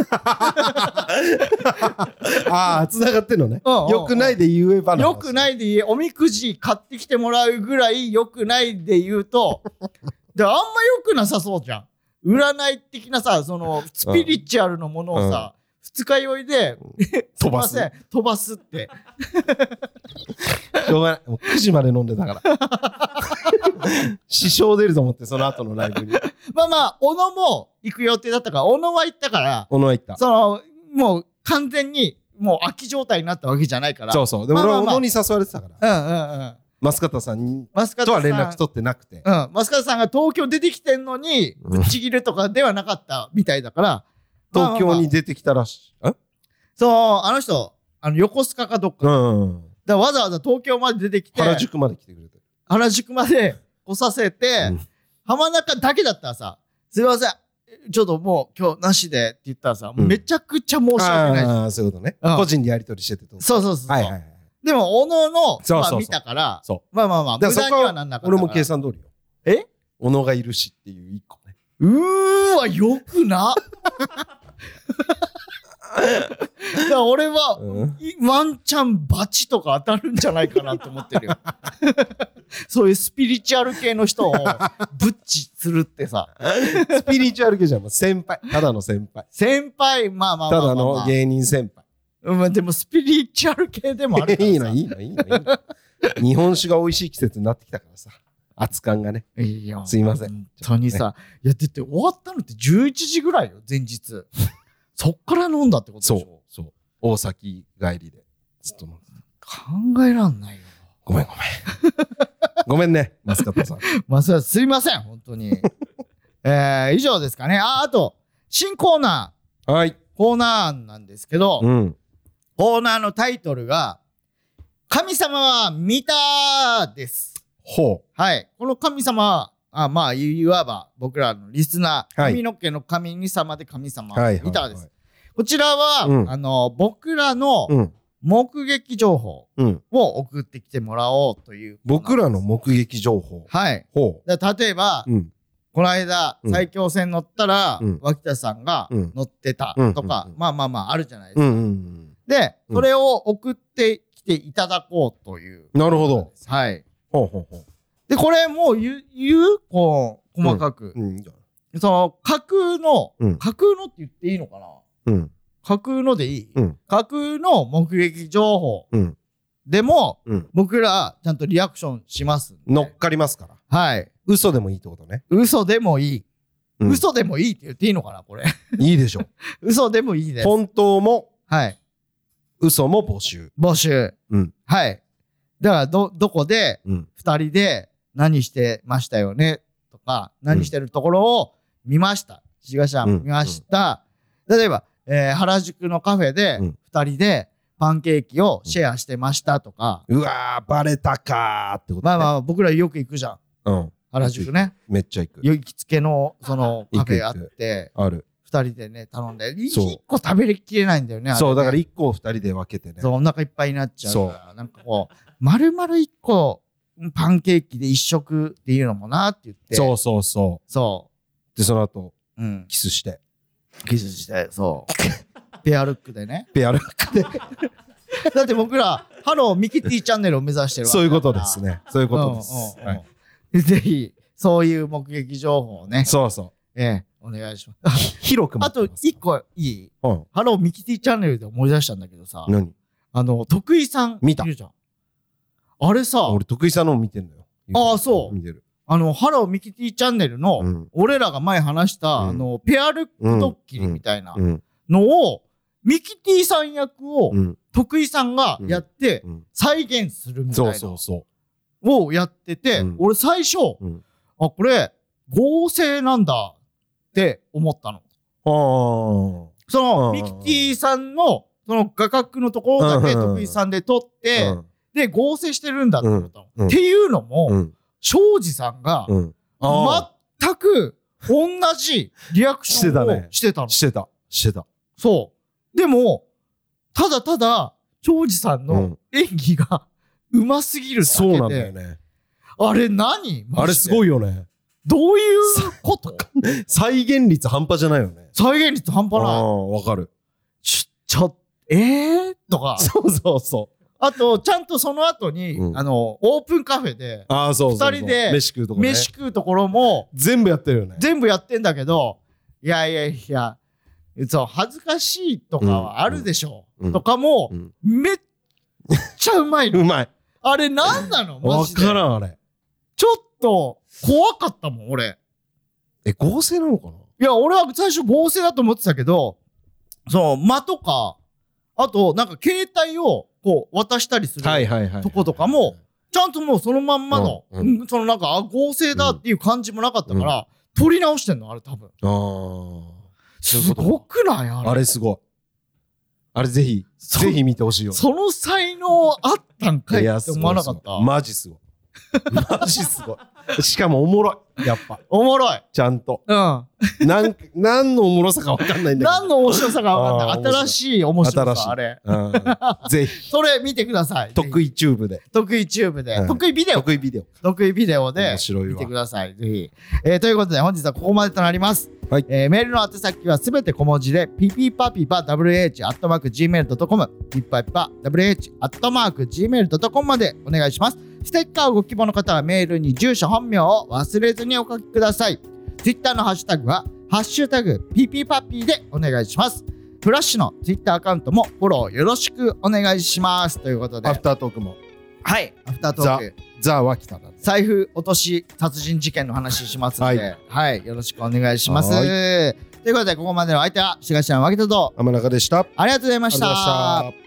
ああ繋がってんのね、うんうんうん、よくないで言えばよくないで言えおみくじ買ってきてもらうぐらいよくないで言うとであんまよくなさそうじゃん占い的なさそのスピリチュアルのものをさ、うん、二日酔いで、うん、 飛ばす飛ばすってしょうがないもうくじまで飲んでたから支障出ると思ってその後のライブにまあまあ小野も行く予定だったから小野は行ったから小野は行ったそのもう完全にもう空き状態になったわけじゃないからそうそうでも俺は小野に誘われてたから、 まあまあまあ、うんうんうん増形さんとは連絡取ってなくて、 うん、増形さんが東京出てきてんのにぶっちぎるとかではなかったみたいだから、 うん、東京に出てきたらしい、まあまあ、 そうあの人あの横須賀かどっか、うん、だからわざわざ東京まで出てきて原宿まで来てくれて原宿まで来させて、うん、浜中だけだったらさすいませんちょっともう今日なしでって言ったらさ、うん、めちゃくちゃ申し訳ないああそういうことね、うん、個人でやり取りしててとそうそうそうそう、 はいはいはいでも、おのの、まあ見たから、まあまあまあ、無駄にはなんなかったから。 俺も計算通りよ。 え小野がいるしっていう一個ね。 うーわ、よくな。だから俺は、うん、ワンチャンバチとか当たるんじゃないかなと思ってるよ。 そういうスピリチュアル系の人をブッチするってさ。 スピリチュアル系じゃん。先輩。ただの先輩。 先輩、まあまあまあまあ、まあ。 ただの芸人先輩。 うん、でもスピリチュアル系でもあるからさ。 いいの、いいの、いいの、いいの。日本酒が美味しい季節になってきたからさ。熱燗がね。 いや、 すいません。 本当にさ、ね、いや、だって終わったのってじゅういちじぐらいよ、前日。そっから飲んだってことでしょ。 そう、そう。大崎帰りで。ずっと飲んで考えらんないよ。 ごめんごめん。ごめんね、マスカットさん。 マスカットすいません、本当に。えー、以上ですかね。あ、あと、新コーナー。はい。 コーナーなんですけど、 うん、 コーナーのタイトルが、神様は見たです。 ほう。 はい。この神様は、あまあ、いわば僕らのリスナー、はい、髪の毛の神様で神様は見たです。はいはいはい、こちらは、うん、あの、僕らの、うん目撃情報を送ってきてもらおうという、うん、 僕らの目撃情報。 はい。ほう。だ例えば、うん、この間、うん、埼京線乗ったら、うん、脇田さんが乗ってたとか、うん、まあまあまああるじゃないですか。うんうんうん、で、それを送ってきていただこうという。 なるほど。 はい。 ほうほうほう。 で、これもう言う、言うこう、細かく。うんうん、その、架空の、うん、架空のって言っていいのかなうん。架空のでいい、うん、架空の目撃情報、うん、でも、うん、僕らちゃんとリアクションしますんで乗っかりますから。 はい。 嘘でもいいってことね。 嘘でもいい。うん、嘘でもいいって言っていいのかなこれ。 いいでしょ。 嘘でもいいです。 本当も、 はい。 嘘も募集。 募集。うん。はい。だから、ど、どこで、二人で何してましたよねとか、何してるところを見ました。しがしゃん見ました。うんうん、例えば、えー、原宿のカフェで二人でパンケーキをシェアしてましたとか、 うん、うわーバレたかーってことね。 まあまあ僕らよく行くじゃん、うん、原宿ね。 めっちゃ行く。 行きつけのそのカフェあってある二人でね頼んで一個食べきれないんだよね。 そうだから一個を二人で分けてね。 そうお腹いっぱいになっちゃうからなんかこう丸々一個パンケーキで一食っていうのもなって言って。 そうそうそうそうでその後、うん、キスしてキスしてそうペアルックでねペアルックでだって僕らハローミキティチャンネルを目指してるわけだからそういうことですねそういうことです、 うんうんうんはい、ぜひそういう目撃情報をねそうそうええお願いします広くあと一個いい、うん、ハローミキティチャンネルで思い出したんだけどさ何あの徳井さん見たいるじゃんあれさ俺徳井さんの見てんのよああそう見てるあの、ハローミキティチャンネルの、うん、俺らが前話した、うん、あの、ペアルックドッキリみたいなのを、うん、ミキティさん役を、うん、徳井さんがやって、うん、再現するみたいな。そうそうそう。をやってて、うん、俺最初、うん、あ、これ、合成なんだって思ったの。あその、ミキティさんの、その画角のところだけ徳井さんで撮って、うん、で、合成してるんだって思ったの。うん、っていうのも、うん庄司さんが、うん、全く同じリアクションをしてたの。 してた。してた。 そう。でも、ただただ、庄司さんの演技がうますぎるだけで。 そうなんだよね。 あれ何あれすごいよね。 どういうこと再現率半端じゃないよね。 再現率半端ない。ああ、わかる。 ちょ、ちょ、えーとか。 そうそうそう。 あと、ちゃんとその後に、うん、あの、オープンカフェで、 ああ、そうそうそう。 二人で、 飯食うところ、ね。 飯食うところも、 全部やってるよね。 全部やってんだけど、いやいやいや、そう、恥ずかしいとかはあるでしょう。うん、とかも、うん、めっちゃうまいの。 うまい。 あれなんなのマジで。 わからん、あれ。 ちょっと、怖かったもん、俺。 え、合成なのかないや、俺は最初合成だと思ってたけど、そう、間とか、あと、なんか携帯を、こう渡したりするとことかもちゃんともうそのまんまの、うんうん、そのなんか合成だっていう感じもなかったから、うん、撮り直してんのあれ多分あすごくないあれあれすごいあれぜひぜひ見てほしいよその才能あったんかいって思わなかったマジすごいマジすごいしかもおもろいやっぱおもろいちゃんとうんなん何のおもろさか分かんないんだけど何の面白さか分かんない新しい面白さあれ、うん、 ぜひそれ見てください得意チューブで得意チューブで、うん、得意ビデオ得意ビデオ得意ビデオで見てくださいぜひ、えー、ということで本日はここまでとなりますはいえー、メールの宛先はすべて小文字でピピパピパ ダブリューエイチ アットマーク ジーメール ドットコム ピッパピパ ダブリューエイチ アットマーク ジーメール ドットコム までお願いしますステッカーをご希望の方はメールに住所本名を忘れずにお書きください。ツイッターのハッシュタグはハッシュタグピーピーパッピーでお願いします。フラッシュのツイッターアカウントもフォローよろしくお願いしますということで、 アフタートークもはいアフタートークザ・ザは来たな。 財布落とし殺人事件の話しますので、はい、はい、よろしくお願いします。ということでここまでの相手は東山脇田と天中でした。 ありがとうございました。 ありがとうございました。